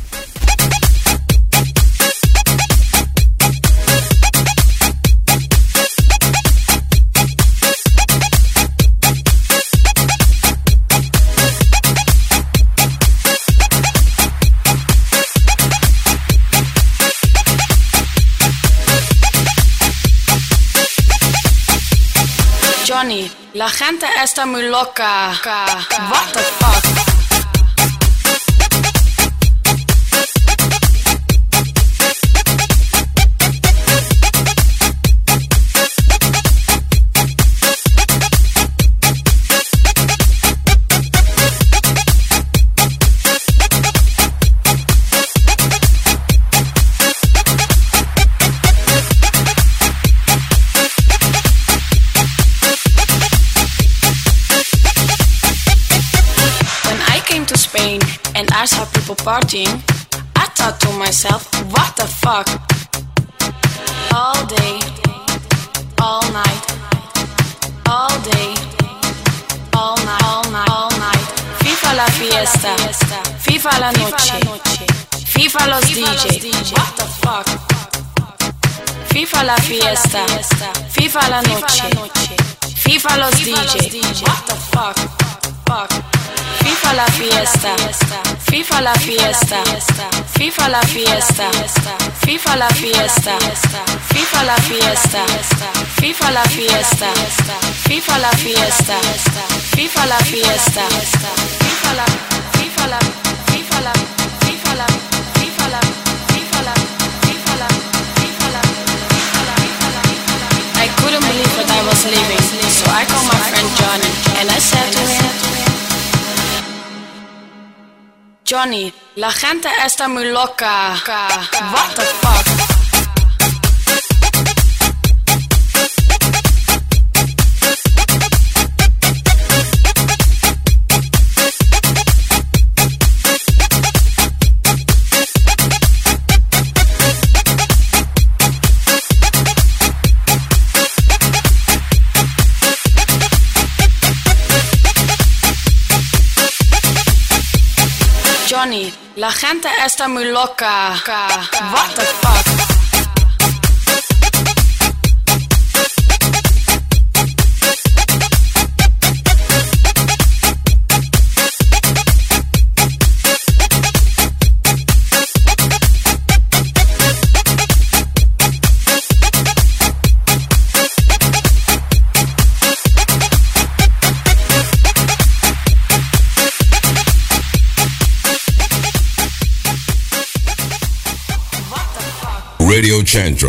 Johnny, la gente está muy loca. What the fuck? I saw people partying, I thought to myself, what the fuck? All day, all night, all day, all night, all night, all night. FIFA la fiesta, FIFA la noche, FIFA los D J, what the fuck? FIFA la fiesta, FIFA la noche, FIFA los D J, what the fuck? Fuck. FIFA la fiesta, FIFA la fiesta, FIFA la fiesta, FIFA la fiesta, FIFA la fiesta, FIFA la fiesta, FIFA la fiesta, FIFA la fiesta, FIFA la, FIFA la, FIFA la, FIFA la, FIFA la, FIFA la, FIFA la, FIFA la. I couldn't believe that I was leaving, so I called my friend Johnny and I said to him, Johnny, la gente está muy loca. What the fuck? Johnny, la gente está muy loca. What the fuck? Radio Centro.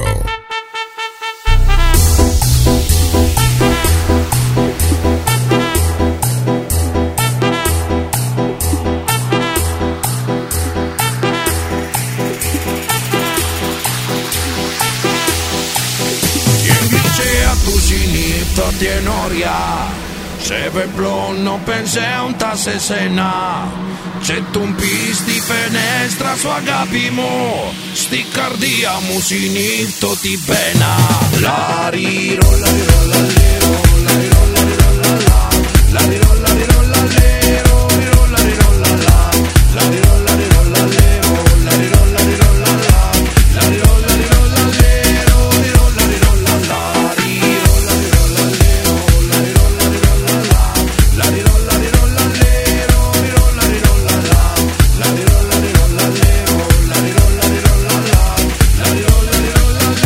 Quien dice a tu sinito tiene noria, se ve blon no pensé ta sesena. C'è un pis di fenestra su agapimo, sti cardia musinito ti pena. La riro, la riro, la lero, la riro, la riro, la la, la riro, la riro, la lero, riro, la riro, la la, la riro, la riro, la lero, la riro, la riro, la la, la riro, la riro, la lero, riro, la riro, la la, riro, la riro, la lero, la riro, la riro, la la, la riro, la riro, la lero, riro, la riro, la la. La riro la riro la lero, la riro la riro la la, la riro la riro la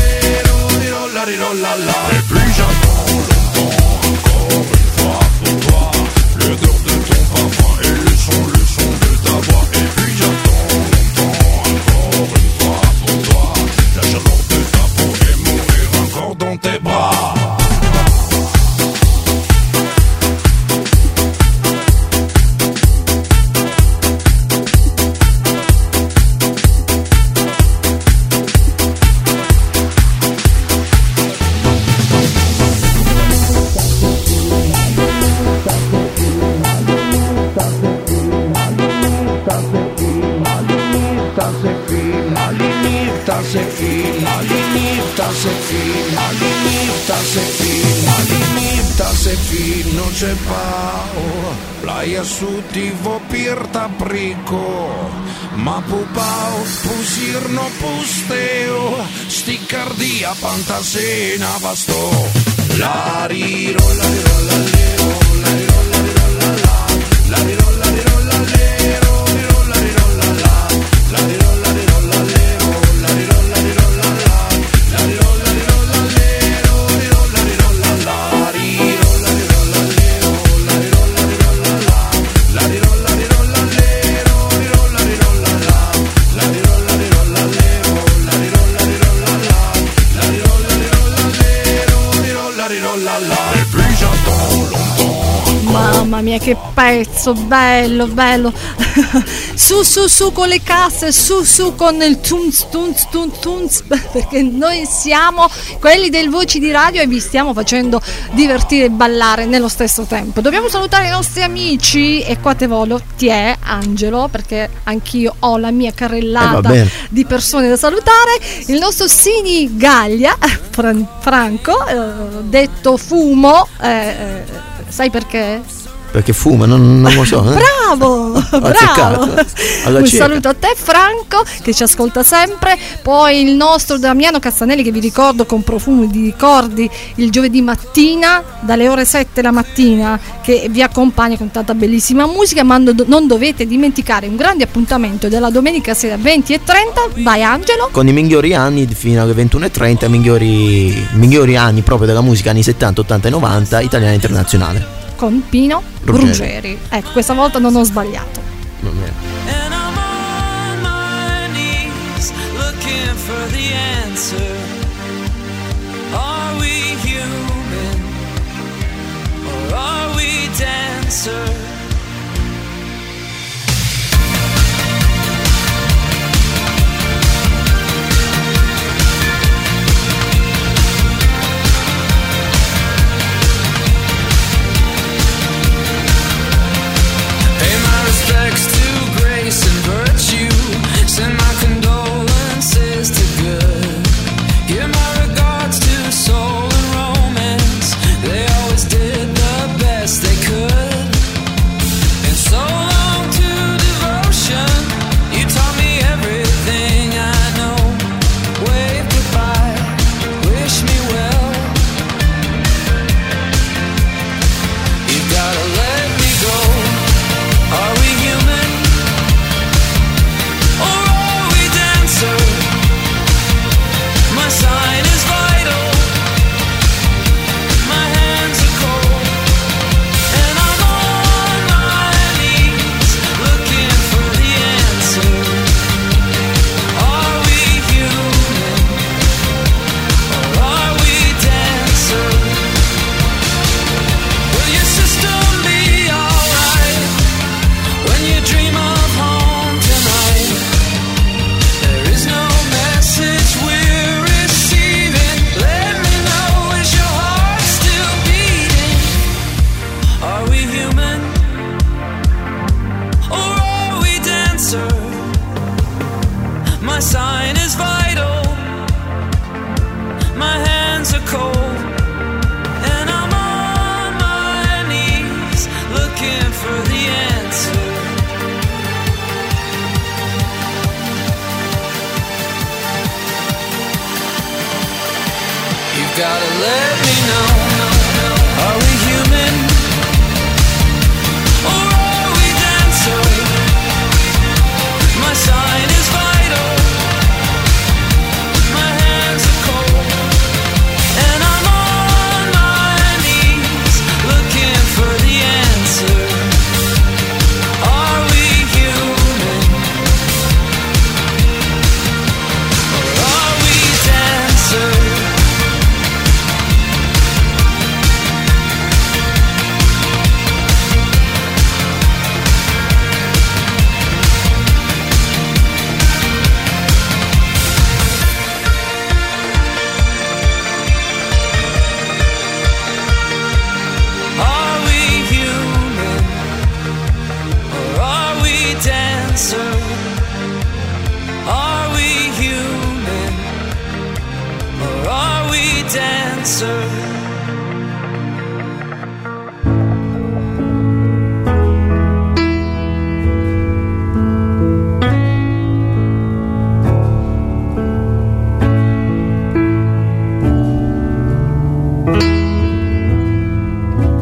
c'è pao, playa su tivo pirta prico, ma pupao, pusir no pusteo, sticcardia pantasena basto. La riro, la riro, la riro, la riro, la riro, la la, la riro, la riro, la lero, riro, la riro, la la, la riro, la riro, la lero, la riro, la riro, la la, la riro, la riro, la lero, riro, la riro, la la, riro, la riro, la lero, la riro, la riro, la la, la riro, la riro, la lero, riro, la riro, la la, la riro, la riro, la lero, la riro, la riro, la la, la riro, la riro, la lero, riro, la riro, la la. Et puis j'attends longtemps. Mamma mia, che pezzo bello, bello. Su, su, su con le casse, su, su con il tunz, tunz, tunz, tunz, perché noi siamo quelli del Voci di Radio e vi stiamo facendo divertire e ballare nello stesso tempo. Dobbiamo salutare i nostri amici e qua te volo, ti è Angelo, perché anch'io ho la mia carrellata eh, di persone da salutare. Il nostro Sini Gaglia, Fran- Franco, eh, detto Fumo, eh, eh, sai perché? Perché fuma, non, non lo so. Eh? Bravo, bravo. Un saluto a te Franco che ci ascolta sempre. Poi il nostro Damiano Castanelli che vi ricordo con Profumi di ricordi il giovedì mattina dalle ore sette la mattina, che vi accompagna con tanta bellissima musica. Ma non dovete dimenticare un grande appuntamento della domenica sera venti e trenta. Vai Angelo. Con i migliori anni fino alle ventuno e trenta, migliori, migliori anni proprio della musica anni settanta, ottanta e novanta italiana e internazionale. Con Pino Ruggeri. Ruggeri. Ecco, questa volta non ho sbagliato. Non è. And I'm on my knees looking for the answer. Are we human or are we dancer? Respects to grace and virtue. Send my condolences to good.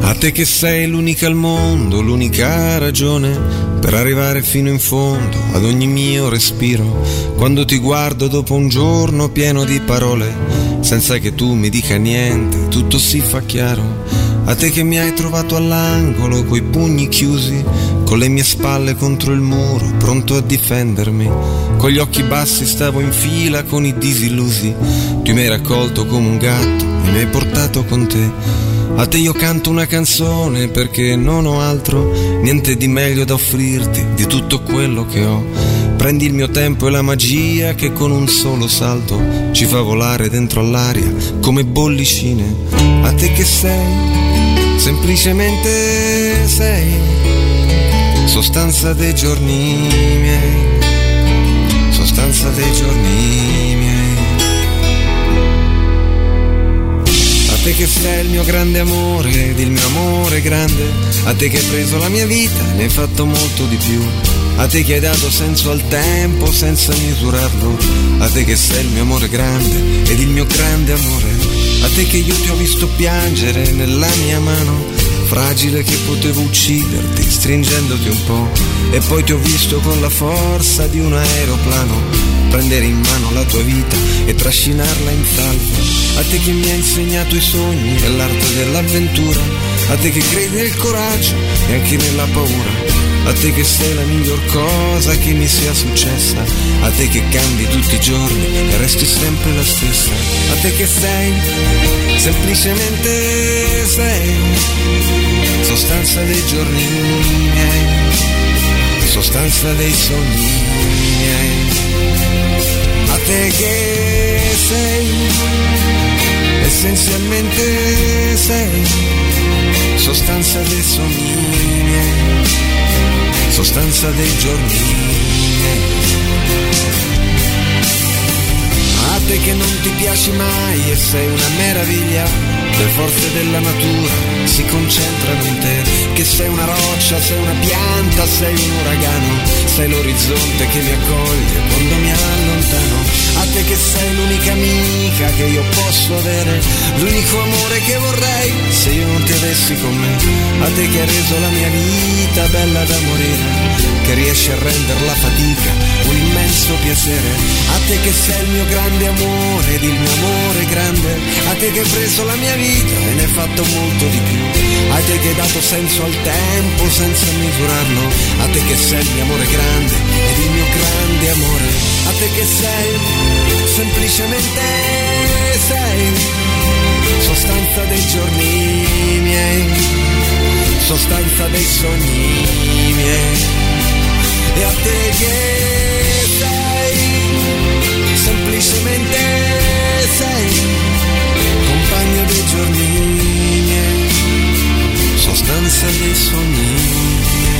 A te che sei l'unica al mondo, l'unica ragione per arrivare fino in fondo ad ogni mio respiro. Quando ti guardo dopo un giorno pieno di parole, senza che tu mi dica niente, tutto si fa chiaro. A te che mi hai trovato all'angolo coi pugni chiusi, con le mie spalle contro il muro, pronto a difendermi. Con gli occhi bassi stavo in fila con i disillusi. Tu mi hai raccolto come un gatto e mi hai portato con te. A te io canto una canzone perché non ho altro, niente di meglio da offrirti di tutto quello che ho. Prendi il mio tempo e la magia che con un solo salto ci fa volare dentro all'aria come bollicine. A te che sei, semplicemente sei, sostanza dei giorni miei, sostanza dei giorni miei. A te che sei il mio grande amore ed il mio amore grande, a te che hai preso la mia vita e ne hai fatto molto di più. A te che hai dato senso al tempo senza misurarlo, a te che sei il mio amore grande ed il mio grande amore, a te che io ti ho visto piangere nella mia mano, fragile che potevo ucciderti stringendoti un po', e poi ti ho visto con la forza di un aeroplano prendere in mano la tua vita e trascinarla in salvo. A te che mi hai insegnato i sogni e l'arte dell'avventura, a te che credi nel coraggio e anche nella paura, a te che sei la miglior cosa che mi sia successa, a te che cambi tutti i giorni e resti sempre la stessa, a te che sei, semplicemente sei, sostanza dei giorni miei, sostanza dei sogni miei. A te che sei, essenzialmente sei, sostanza dei sogni miei, sostanza dei giorni miei. A te che non ti piaci mai e sei una meraviglia, le forze della natura si concentrano in te, che sei una roccia, sei una pianta, sei un uragano, sei l'orizzonte che mi accoglie quando mi allontano. A te che sei l'unica amica che io posso avere, l'unico amore che vorrei se io non ti avessi con me. A te che hai reso la mia vita bella da morire, che riesci a rendere la fatica un immenso piacere. A te che sei il mio grande amore ed il mio amore grande, a te che hai preso la mia vita e ne hai fatto molto di più, a te che hai dato senso al tempo senza misurarlo, a te che sei il mio amore grande ed il mio grande amore, a te che sei, semplicemente sei, sostanza dei giorni miei, sostanza dei sogni miei. E a te che sei, semplicemente sei, compagno dei giorni miei, sostanza dei sogni miei.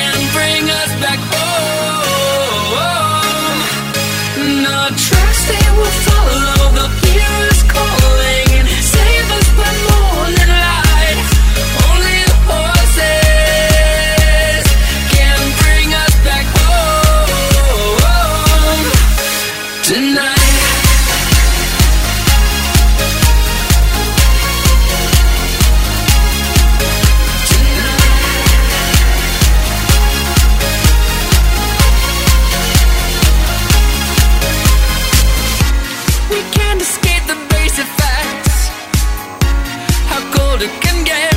Trust me. will follow the hero's calling and save us by more than light. Only the horses can bring us back home tonight. It can get.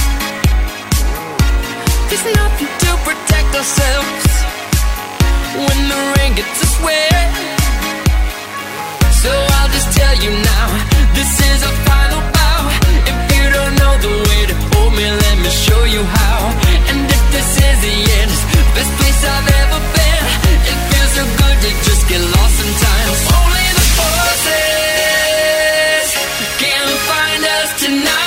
There's nothing to protect ourselves when the rain gets us wet. So I'll just tell you now, this is a final bow. If you don't know the way to hold me, let me show you how. And if this is the end, best place I've ever been. It feels so good to just get lost sometimes. Only the forces can find us tonight.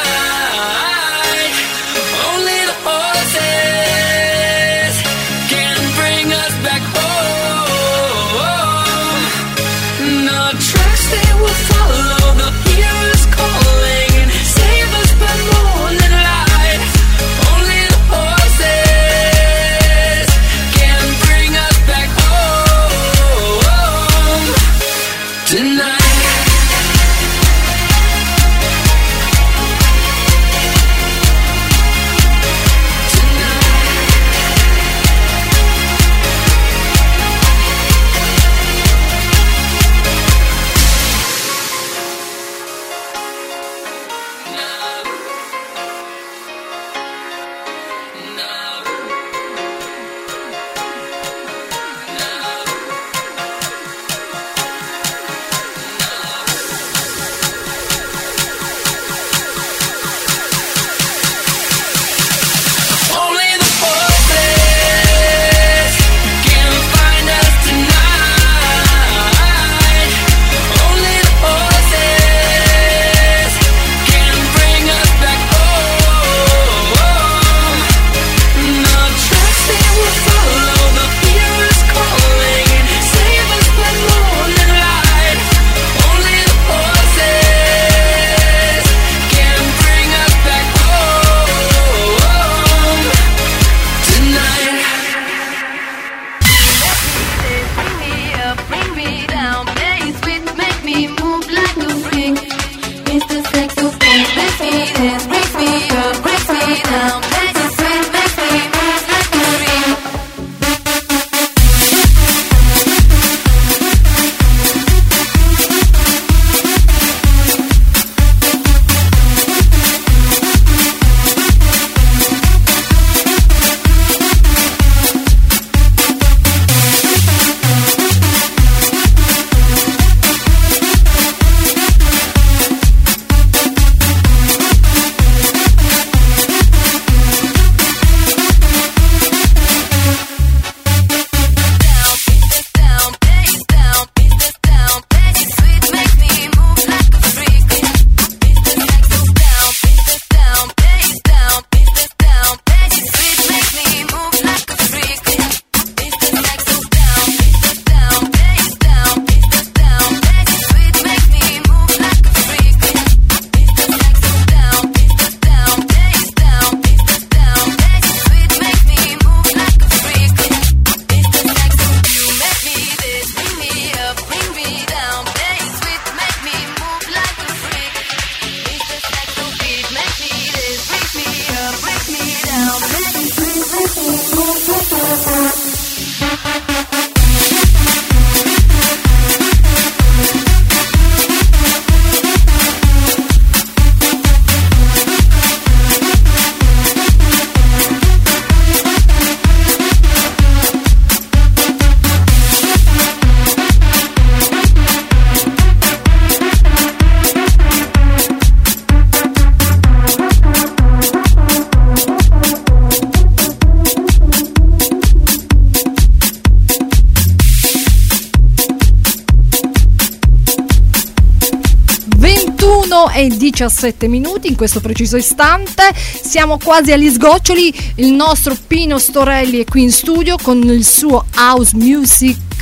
E diciassette minuti in questo preciso istante, siamo quasi agli sgoccioli. Il nostro Pino Storelli è qui in studio con il suo house music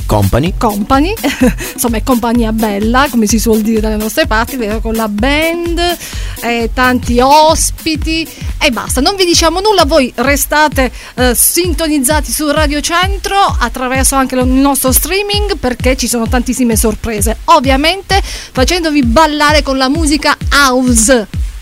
Company. Company, insomma è compagnia bella, come si suol dire dalle nostre parti, con la band, eh, tanti ospiti e basta. Non vi diciamo nulla, voi restate eh, sintonizzati su Radio Centro attraverso anche il nostro streaming, perché ci sono tantissime sorprese, ovviamente facendovi ballare con la musica house.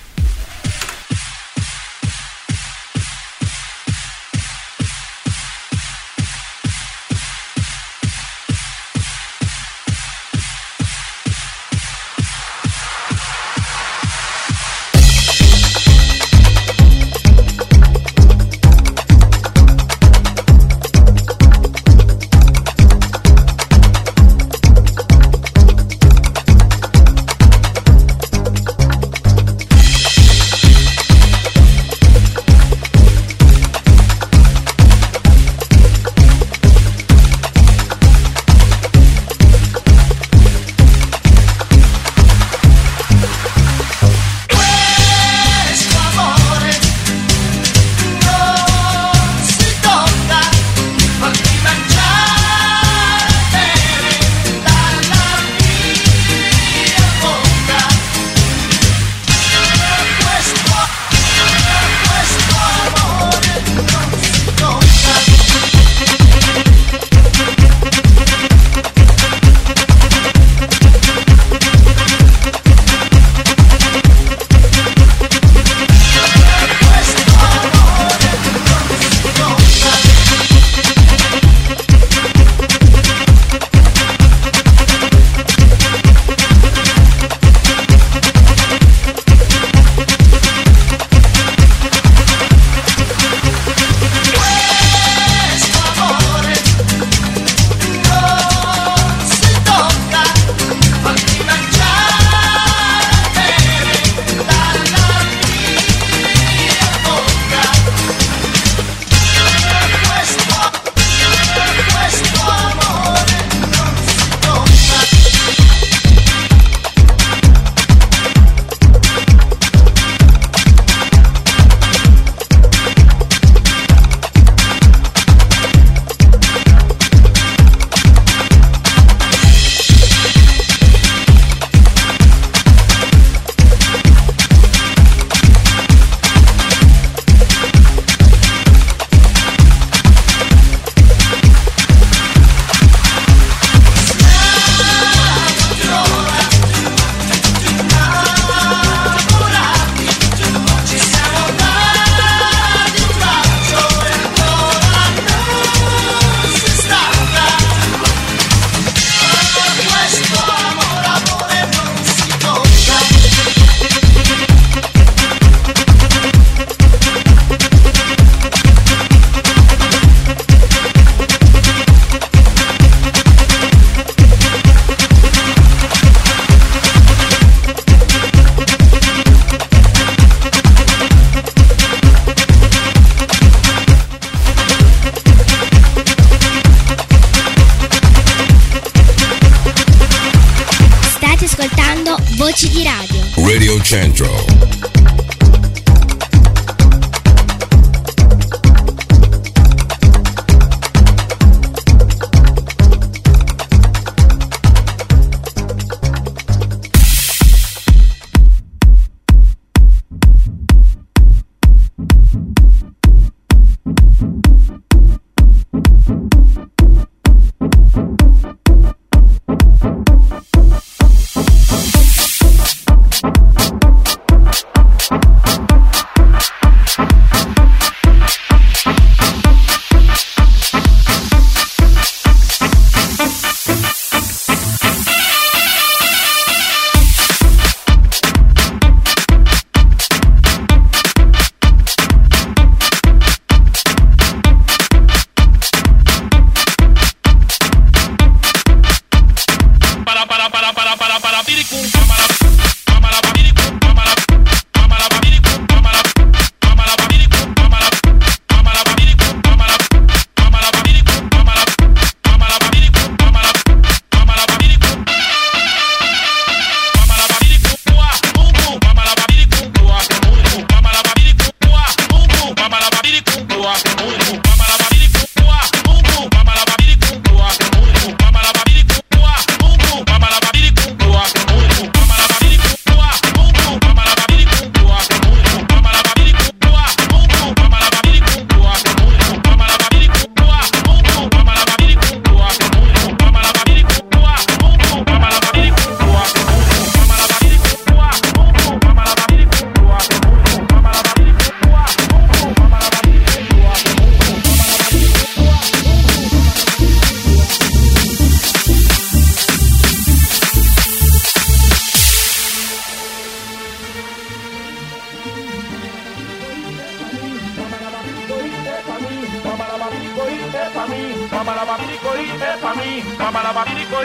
Voci di radio. Radio Centro.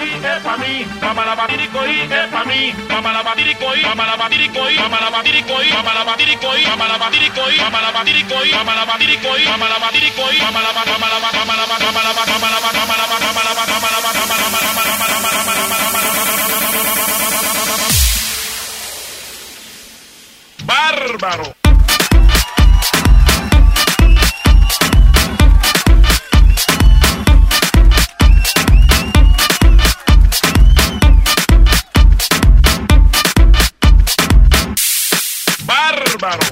batiricoí es pa' mí, mamá la batiricoí es pa' mí, mamá la batiricoí, mamá la batiricoí, mamá la batiricoí, mamá la batiricoí, mamá la batiricoí, mamá la batiricoí, mamá la batiricoí, mamá la batiricoí, mamá la mamá la mamá la mamá la mamá la mamá la mamá la mamá la mamá la bárbaro. Bárbaro.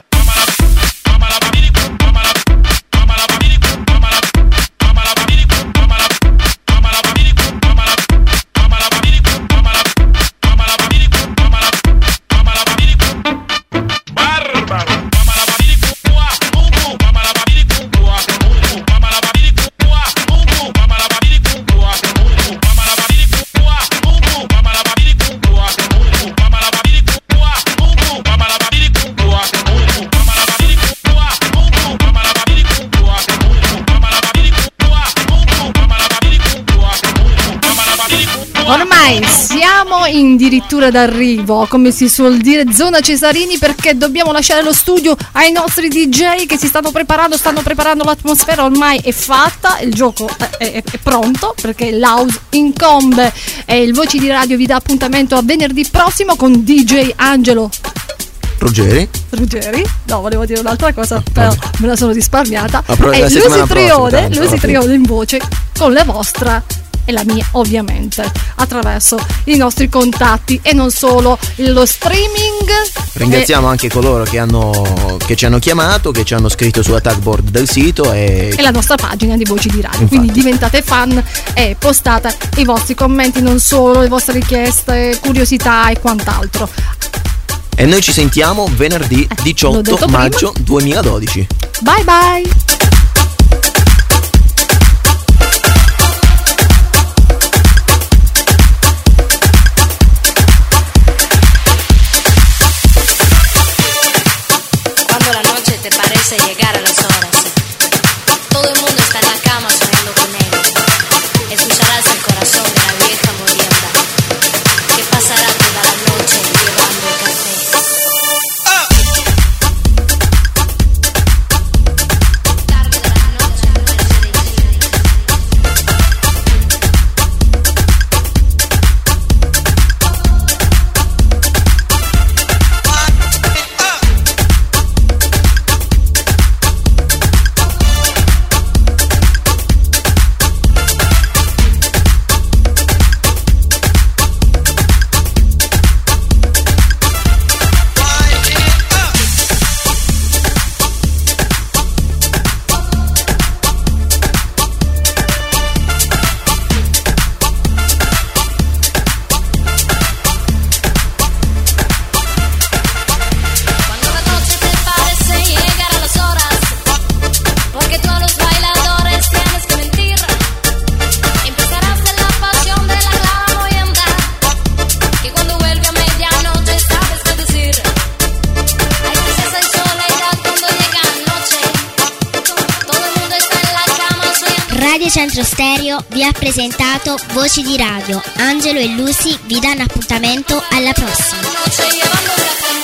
Ormai siamo addirittura d'arrivo, come si suol dire, zona Cesarini, perché dobbiamo lasciare lo studio ai nostri D J che si stanno preparando, stanno preparando l'atmosfera, ormai è fatta, il gioco è, è, è pronto, perché l'house incombe e il Voci di Radio vi dà appuntamento a venerdì prossimo con D J Angelo Ruggeri. Ruggeri? No, volevo dire un'altra cosa, però me la sono risparmiata. Ah, però e la settimana Lucy Trione, prossima, Lucy Trione in voce con la vostra e la mia, ovviamente, attraverso i nostri contatti e non solo lo streaming. Ringraziamo e anche coloro che hanno che ci hanno chiamato, che ci hanno scritto sulla tag board del sito e, e la nostra pagina di Voci di Radio. Infatti. Quindi diventate fan e postate i vostri commenti, non solo le vostre richieste, curiosità e quant'altro. E noi ci sentiamo venerdì diciotto maggio duemiladodici. Bye bye. Te parece llegar a las horas. Todo el mundo está en la cama soñando con él. Escucharás el corazón de la vieja morienda que pasará toda la noche llevando café. Centro Stereo vi ha presentato Voci di Radio. Angelo e Lucy vi danno appuntamento alla prossima.